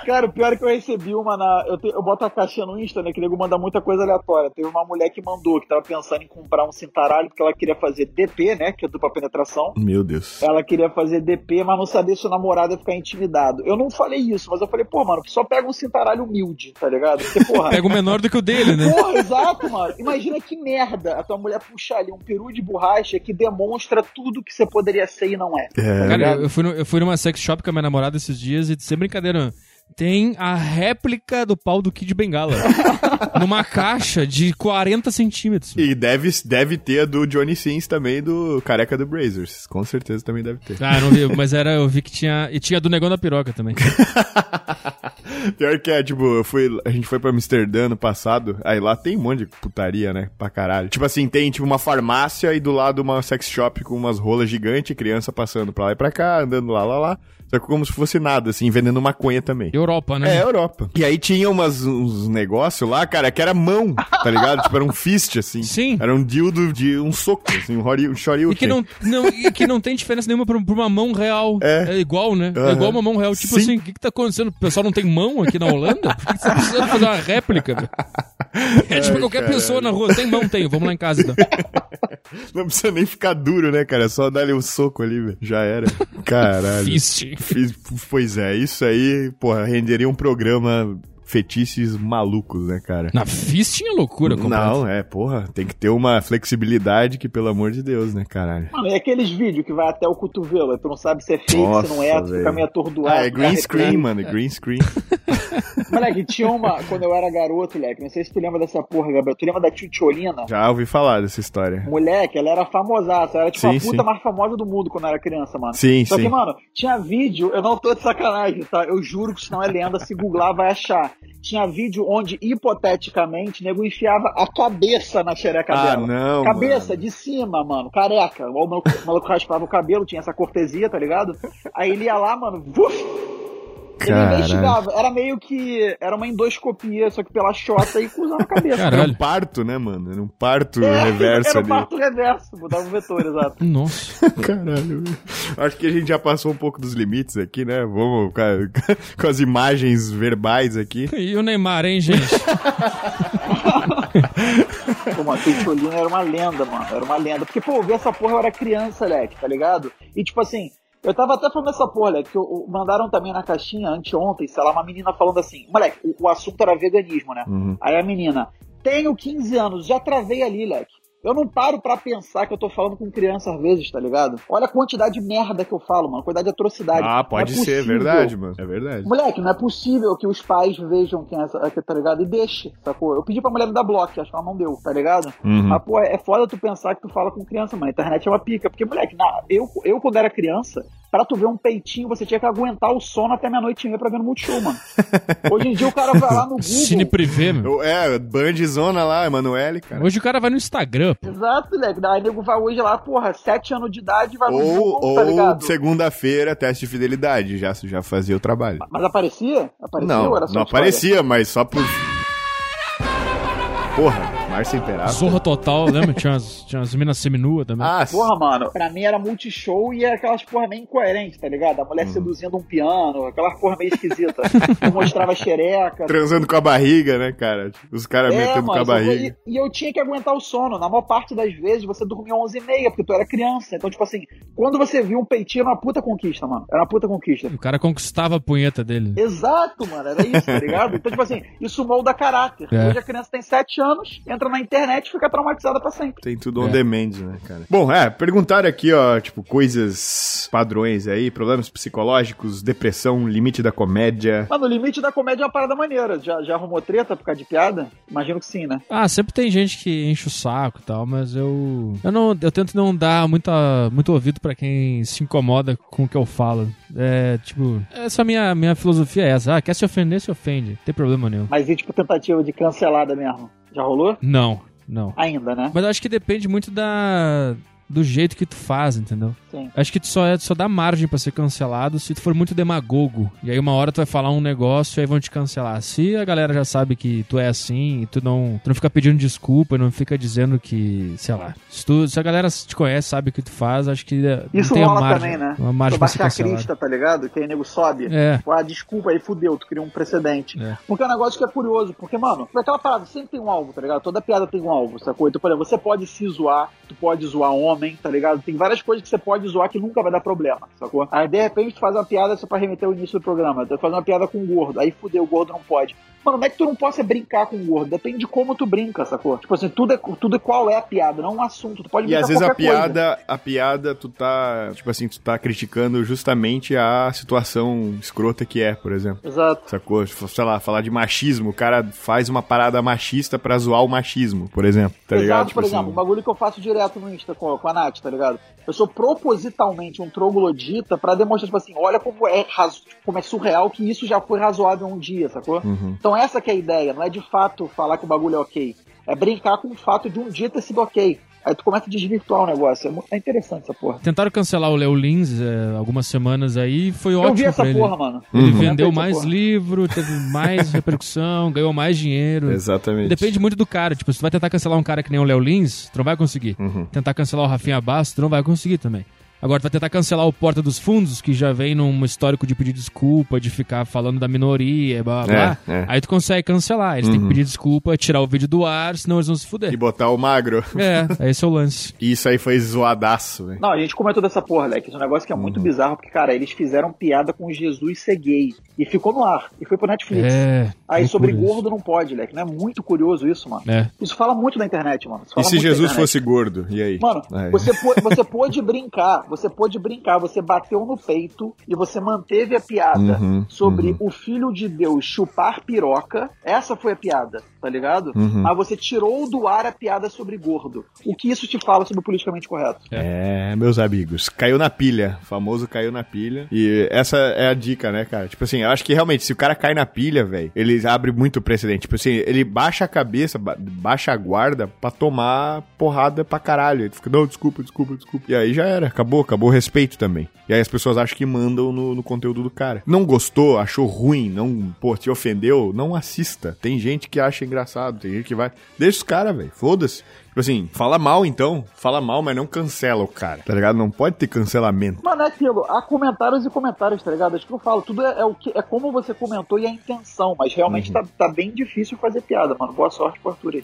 Cara, o pior é que eu recebi uma na... Eu boto a caixinha no Insta, né? Que o nego manda muita coisa aleatória. Teve uma mulher que mandou, que tava pensando em comprar um cintaralho, porque ela queria fazer DP, né? Que é dupla penetração. Meu Deus. Ela queria fazer DP, mas não sabia se o namorado ia ficar intimidado. Eu não falei isso, mas eu falei, pô, mano, só pega um cintaralho humilde, tá ligado? Porque, porra... Pega o menor do que o dele, né? Porra, exato, mano. Imagina que merda a tua mulher puxar ali um peru de borracha que demonstra tudo que você poderia ser e não é. Cara, eu fui numa sex shop com a minha namorada esses dias e, sem brincadeira, tem a réplica do pau do Kid Bengala. Numa caixa de 40 centímetros. E deve ter a do Johnny Sins também, do Careca do Brazers. Com certeza também deve ter. Ah, eu não vi, mas eu vi que tinha... E tinha a do Negão da Piroca também. Pior que é, tipo, a gente foi pra Amsterdã ano passado, aí lá tem um monte de putaria, né, pra caralho. Tipo assim, tem tipo uma farmácia e do lado uma sex shop com umas rolas gigantes, criança passando pra lá e pra cá, andando lá. Só que como se fosse nada, assim, vendendo maconha também. Europa, né? É, Europa. E aí tinha uns negócios lá, cara, que era mão, tá ligado? Tipo, era um fist, assim. Sim. Era um dildo de um soco, assim, um shoryuken. E que não tem diferença nenhuma pra uma mão real. É igual, né? É igual uma mão real. Tipo Sim. assim, o que tá acontecendo? O pessoal não tem mão aqui na Holanda? Por que você tá precisando fazer uma réplica, velho? É tipo, qualquer pessoa na rua. Tem mão? Tenho. Vamos lá em casa, então. Não precisa nem ficar duro, né, cara? É só dar-lhe um soco ali, velho. Já era. Caralho. Fist. Pois é, isso aí, porra, renderia um programa fetiches malucos, né, cara? Na Fist tinha loucura completa. Não, porra, tem que ter uma flexibilidade que, pelo amor de Deus, né, caralho? Mano, e aqueles vídeos que vai até o cotovelo, aí tu não sabe se é fake, se não é, tu fica meio atordoado. É green screen, mano, green screen. Moleque, tinha uma, quando eu era garoto, moleque, não sei se tu lembra dessa porra, Gabriel, tu lembra da Tchutcholina? Já ouvi falar dessa história. Moleque, ela era famosaça, ela era tipo a puta mais famosa do mundo quando eu era criança, mano. Só que, mano, tinha vídeo, eu não tô de sacanagem, tá? Eu juro que isso não é lenda, se googlar vai achar. Tinha vídeo onde, hipoteticamente, o nego enfiava a cabeça na xereca dela. Ah, não, cabeça, mano. De cima, mano, careca. O maluco raspava o cabelo, tinha essa cortesia, tá ligado? Aí ele ia lá, mano, ele investigava. Era meio que... Era uma endoscopia, só que pela chota e cruzava a cabeça. Caralho. Era um parto, né, mano? Era um parto reverso ali. Era um parto reverso, mudava o vetor, exato. Nossa. Caralho. Acho que a gente já passou um pouco dos limites aqui, né? Vamos com as imagens verbais aqui. E o Neymar, hein, gente? Pô, a Tchutcholina era uma lenda, mano. Era uma lenda. Porque, pô, eu vi essa porra, eu era criança, leque, tá ligado? E, tipo assim... Eu tava até falando dessa porra, Leque, que mandaram também na caixinha, anteontem, sei lá, uma menina falando assim, moleque, o assunto era veganismo, né? Uhum. Aí a menina, tenho 15 anos, já travei ali, Leque. Eu não paro pra pensar que eu tô falando com criança às vezes, tá ligado? Olha a quantidade de merda que eu falo, mano. Quantidade de atrocidade. Ah, pode ser, é verdade, mano. É verdade. Moleque, não é possível que os pais vejam quem é essa, tá ligado? E deixe, sacou? Eu pedi pra mulher me dar bloco, acho que ela não deu, tá ligado? Uhum. Mas, pô, é foda tu pensar que tu fala com criança, mano. A internet é uma pica. Porque, moleque, eu quando era criança, pra tu ver um peitinho, você tinha que aguentar o sono até meia-noite e meia pra ver no Multishow, mano. Hoje em dia o cara vai lá no Google. Cine privê, meu. Bandzona lá, Emanuele, cara. Hoje o cara vai no Instagram, pô. Exato, moleque. Daí o nego vai hoje lá, porra, 7 anos de idade, vai no Google, tá ligado? Ou segunda-feira, teste de fidelidade, já fazia o trabalho. Mas aparecia? Não, ou era só não aparecia, mas só por... Porra, Márcia Imperato. Zorra Total, lembra? Tinha umas minas seminuas também. Ah, porra, mano, pra mim era Multishow e era aquelas porra meio incoerentes, tá ligado? A mulher seduzindo um piano, aquelas porra meio esquisita. Eu mostrava xereca. Transando com a barriga, né, cara? Os caras metendo com a barriga. E eu tinha que aguentar o sono. Na maior parte das vezes você dormia 11h30, porque tu era criança. Então, tipo assim, quando você viu um peitinho, era uma puta conquista, mano. Era uma puta conquista. O cara conquistava a punheta dele. Exato, mano. Era isso, tá ligado? Então, tipo assim, isso molda caráter. Hoje a criança tem 7 anos, entra na internet e fica traumatizada pra sempre. Tem tudo on demand, né, cara? Bom, perguntaram aqui, ó, tipo, coisas padrões aí, problemas psicológicos, depressão, limite da comédia. Mano, o limite da comédia é uma parada maneira. Já arrumou treta por causa de piada? Imagino que sim, né? Ah, sempre tem gente que enche o saco e tal, mas eu tento não dar muito ouvido pra quem se incomoda com o que eu falo. Tipo, essa minha filosofia é essa. Quer se ofender, se ofende. Não tem problema nenhum. Mas e tipo tentativa de cancelada mesmo? Já rolou? Não. Ainda, né? Mas eu acho que depende muito do jeito que tu faz, entendeu? Sim. Acho que tu só dá margem pra ser cancelado se tu for muito demagogo. E aí uma hora tu vai falar um negócio e aí vão te cancelar. Se a galera já sabe que tu é assim e tu não fica pedindo desculpa e não fica dizendo que, sei lá, se a galera te conhece, sabe o que tu faz, acho que isso não tem rola a margem, também, né? uma margem pra ser baixar a cancelado. crista, tá ligado? Que aí o nego sobe. Desculpa, aí fudeu, tu cria um precedente. Porque é um negócio que é curioso, porque, mano, aquela parada sempre tem um alvo, tá ligado? Toda piada tem um alvo, sacou? Então, por exemplo, você pode se zoar, tu pode zoar homem, tá ligado? Tem várias coisas que você pode zoar que nunca vai dar problema, sacou? Aí, de repente, tu faz uma piada só pra remeter ao início do programa, tu faz uma piada com o gordo, aí fudeu, o gordo não pode. Mano, não é que tu não possa brincar com o gordo, depende de como tu brinca, sacou? Tipo assim, tudo é qual é a piada, não um assunto, tu pode brincar. E às vezes coisa. a piada, tu tá, tipo assim, tu tá criticando justamente a situação escrota que é, por exemplo. Exato. Sacou? Sei lá, falar de machismo, o cara faz uma parada machista pra zoar o machismo, por exemplo, tá ligado? Exato, Tipo por exemplo, assim, um bagulho que eu faço direto no Insta com a Nath, tá ligado? Eu sou propositalmente um troglodita pra demonstrar, tipo assim, olha como é surreal que isso já foi razoável um dia, sacou? Então essa que é a ideia, não é de fato falar que o bagulho é ok, é brincar com o fato de um dia ter sido ok. Aí tu começa a desvirtuar o negócio. É interessante essa porra. Tentaram cancelar o Léo Lins algumas semanas aí, foi ótimo. Eu vi essa pra ele. Porra, mano. Ele vendeu mais livro, teve mais repercussão, ganhou mais dinheiro. Exatamente. Depende muito do cara. Tipo, se tu vai tentar cancelar um cara que nem o Léo Lins, tu não vai conseguir. Tentar cancelar o Rafinha Bastos, tu não vai conseguir também. Agora, tu vai tentar cancelar o Porta dos Fundos, que já vem num histórico de pedir desculpa, de ficar falando da minoria, blá, blá. Aí tu consegue cancelar. Eles têm que pedir desculpa, tirar o vídeo do ar, senão eles vão se fuder. E botar o magro. Esse é o lance. E isso aí foi zoadaço, velho. Não, a gente comentou dessa porra, Leque. Esse é um negócio que é muito bizarro, porque, cara, eles fizeram piada com Jesus ser gay. E ficou no ar. E foi pro Netflix. Aí sobre gordo não pode, Leque. Não é muito curioso isso, mano? Isso fala muito na internet, mano. E se Jesus fosse gordo? E aí? Mano, você pôde brincar. Você bateu no peito e você manteve a piada sobre o Filho de Deus chupar piroca. Essa foi a piada, tá ligado? Mas você tirou do ar a piada sobre gordo. O que isso te fala sobre o politicamente correto? Meus amigos, caiu na pilha. O famoso caiu na pilha. E essa é a dica, né, cara? Tipo assim, eu acho que realmente, se o cara cai na pilha, velho, ele abre muito precedente. Tipo assim, ele baixa a cabeça, baixa a guarda pra tomar porrada pra caralho. Ele fica, não, desculpa. E aí já era, acabou o respeito também. E aí as pessoas acham que mandam no conteúdo do cara. Não gostou, achou ruim, te ofendeu, não assista. Tem gente que acha engraçado, tem gente que vai... Deixa os caras, velho, foda-se. Tipo assim, fala mal então, mas não cancela o cara, tá ligado? Não pode ter cancelamento. Mano, é aquilo, há comentários e comentários, tá ligado? Acho que eu falo, tudo é como você comentou e a intenção, mas realmente tá bem difícil fazer piada, mano. Boa sorte pro Arthur aí.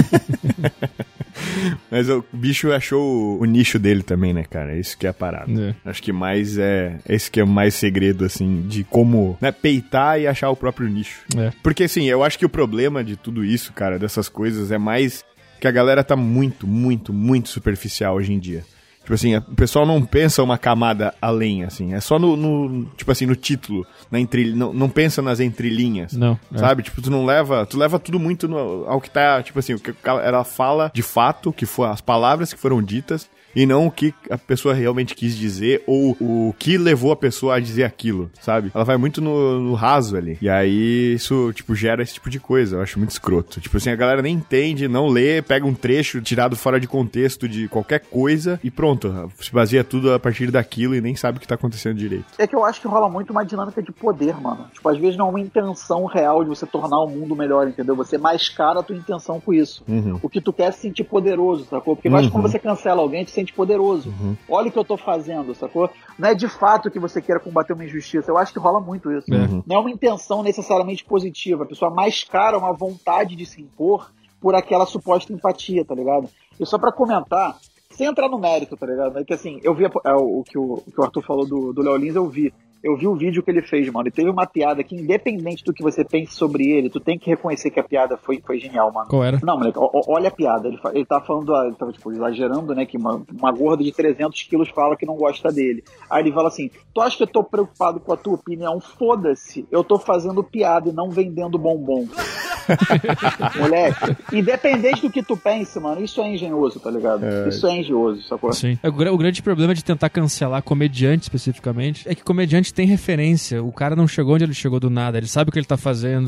Mas o bicho achou o nicho dele também, né, cara? Isso que é a parada. Acho que mais esse que é o mais segredo, assim, de como, né, peitar e achar o próprio nicho. Porque, assim, eu acho que o problema de tudo isso, cara, dessas coisas, é mais que a galera tá muito, muito, muito superficial hoje em dia. Tipo assim, o pessoal não pensa uma camada além, assim. É só tipo assim, no título, não pensa nas entrelinhas. Não. Sabe? Tipo, tu leva tudo muito ao que tá, tipo assim, o que ela fala de fato, que foi as palavras que foram ditas, e não o que a pessoa realmente quis dizer, ou o que levou a pessoa a dizer aquilo, sabe? Ela vai muito no raso ali. E aí, isso, tipo, gera esse tipo de coisa. Eu acho muito escroto. Tipo assim, a galera nem entende, não lê, pega um trecho tirado fora de contexto de qualquer coisa e pronto, se baseia tudo a partir daquilo e nem sabe o que tá acontecendo direito. É que eu acho que rola muito uma dinâmica de poder, mano. Tipo, às vezes não é uma intenção real de você tornar o mundo melhor, entendeu? Você mascara a tua intenção com isso. O que tu quer é se sentir poderoso, sacou? Porque mais quando você cancela alguém, tu se sente poderoso. Olha o que eu tô fazendo, sacou? Não é de fato que você queira combater uma injustiça. Eu acho que rola muito isso. Não é uma intenção necessariamente positiva. A pessoa mascara uma vontade de se impor por aquela suposta empatia, tá ligado? E só pra comentar, sem entrar no mérito, tá ligado? É que assim, eu vi o que o Arthur falou do Léo Lins, eu vi o vídeo que ele fez, mano, e teve uma piada que, independente do que você pense sobre ele, tu tem que reconhecer que a piada foi genial, mano. Qual era? Não, moleque, olha a piada, ele tá falando, ele tava, tipo, exagerando, né, que uma gorda de 300 quilos fala que não gosta dele. Aí ele fala assim, tu acha que eu tô preocupado com a tua opinião? Foda-se, eu tô fazendo piada e não vendendo bombom. Moleque, independente do que tu pense, mano, isso é engenhoso, tá ligado? Isso é engenhoso, sacou? Sim. O grande problema de tentar cancelar comediante especificamente é que comediante tem referência. O cara não chegou onde ele chegou do nada, ele sabe o que ele tá fazendo,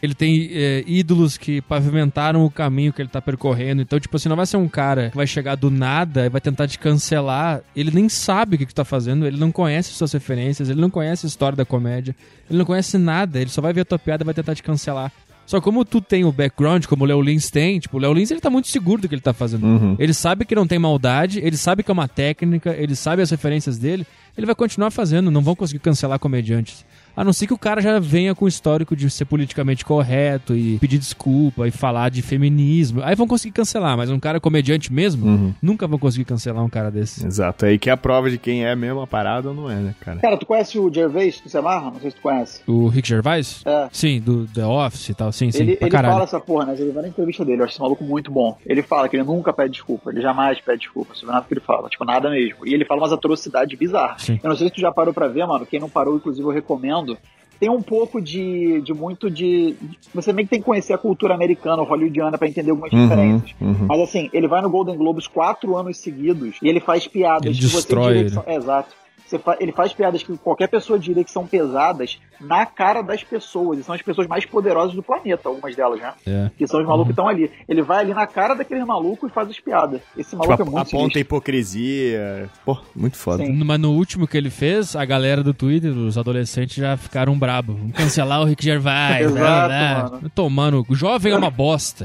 Ele tem ídolos que pavimentaram o caminho que ele tá percorrendo. Então, tipo assim, não vai ser um cara que vai chegar do nada e vai tentar te cancelar. Ele nem sabe o que tá fazendo, ele não conhece suas referências, ele não conhece a história da comédia, ele não conhece nada, ele só vai ver a tua piada e vai tentar te cancelar. Só como tu tem o background, como o Léo Lins tem, tipo, o Léo Lins ele tá muito seguro do que ele tá fazendo. Ele sabe que não tem maldade, ele sabe que é uma técnica, ele sabe as referências dele, ele vai continuar fazendo, não vão conseguir cancelar comediantes. A não ser que o cara já venha com o histórico de ser politicamente correto e pedir desculpa e falar de feminismo. Aí vão conseguir cancelar, mas um cara comediante mesmo, nunca vão conseguir cancelar um cara desse. Exato, aí que é a prova de quem é mesmo a parada ou não é, né, cara? Cara, tu conhece o Gervais do Semarra? Não sei se tu conhece. O Rick Gervais? É. Sim, do The Office e tal, sim, ele pra caralho. Fala essa porra, né? Ele vai na entrevista dele, eu acho esse maluco muito bom. Ele fala que ele nunca pede desculpa, ele jamais pede desculpa sobre nada que ele fala, tipo, nada mesmo. E ele fala umas atrocidades bizarras. Sim. Eu não sei se tu já parou pra ver, mano, quem não parou, inclusive, eu recomendo. Tem um pouco de você meio que tem que conhecer a cultura americana, hollywoodiana, pra entender algumas diferenças. Mas assim, ele vai no Golden Globes 4 anos seguidos e ele faz piadas ele que você destrói diria que são... Exato. Ele faz piadas que qualquer pessoa diria que são pesadas na cara das pessoas. E são as pessoas mais poderosas do planeta, algumas delas, né? Que são os malucos que estão ali. Ele vai ali na cara daquele maluco e faz as piadas. Esse maluco é muito aponta a hipocrisia. Pô, muito foda. Sim. Mas no último que ele fez, a galera do Twitter, os adolescentes já ficaram brabo. Vamos cancelar o Rick Gervais. Exato, mano. Tomando. O jovem é uma bosta.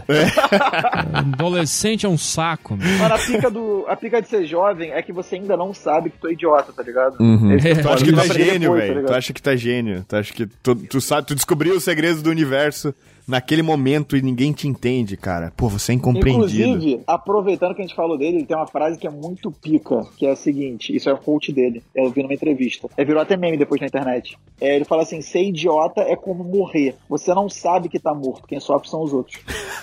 Adolescente é um saco. Mano, a pica de ser jovem é que você ainda não sabe que tu é idiota, tá ligado? Tu acha que tá gênio, velho. Tu acha que tá gênio. Tu acha que tu sabe, tu descobriu os segredos do universo naquele momento e ninguém te entende, cara. Pô, você é incompreendido. Inclusive, aproveitando que a gente falou dele, ele tem uma frase que é muito pica, que é a seguinte, isso é o quote dele, eu vi numa entrevista. Virou até meme depois na internet. Ele fala assim, ser idiota é como morrer. Você não sabe que tá morto, quem sofre são os outros.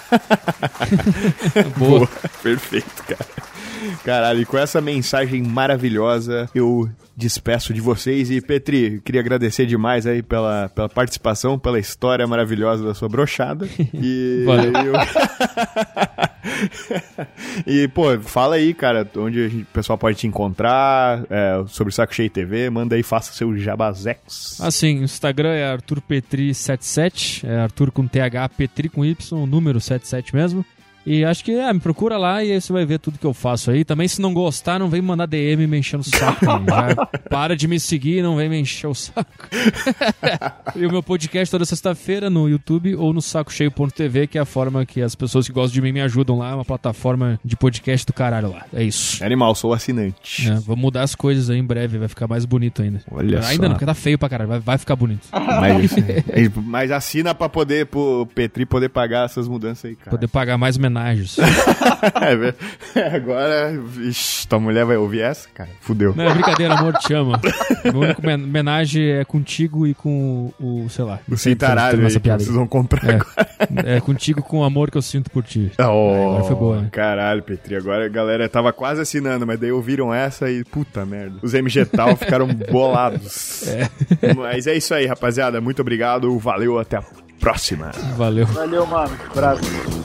Boa. Perfeito, cara. Caralho, e com essa mensagem maravilhosa, eu despeço de vocês. E, Petri, queria agradecer demais aí pela participação, pela história maravilhosa da sua brochada. E... Valeu. E, pô, fala aí, cara, onde o pessoal pode te encontrar, sobre o Saco Cheio TV, manda aí, faça seu jabazex. Assim, o Instagram é ArthurPetri77, é Arthur com TH, Petri com Y, número 77 mesmo. E acho que, me procura lá e aí você vai ver tudo que eu faço aí. Também, se não gostar, não vem me mandar DM me enchendo o saco. Já para de me seguir, não vem me encher o saco. E o meu podcast toda sexta-feira no YouTube ou no sacocheio.tv, que é a forma que as pessoas que gostam de mim me ajudam lá. É uma plataforma de podcast do caralho lá. É isso. Animal, sou assinante. Vou mudar as coisas aí em breve, vai ficar mais bonito ainda. Olha só. Ainda não, porque tá feio pra caralho, vai ficar bonito. Mas assina pra poder, pro Petri poder pagar essas mudanças aí, cara. Poder pagar mais homenagens. Agora, vixi, tua mulher vai ouvir essa, cara? Fudeu. Não, é brincadeira, amor, te amo. Meu único homenagem é contigo e com o sei lá. O Cintaralho aí, que vocês vão comprar agora. É contigo com o amor que eu sinto por ti. Agora foi boa, né? Caralho, Petri, agora a galera tava quase assinando, mas daí ouviram essa e puta merda. Os MG Tal ficaram bolados. Mas é isso aí, rapaziada. Muito obrigado, valeu, até a próxima. Valeu. Valeu, mano. Abraço.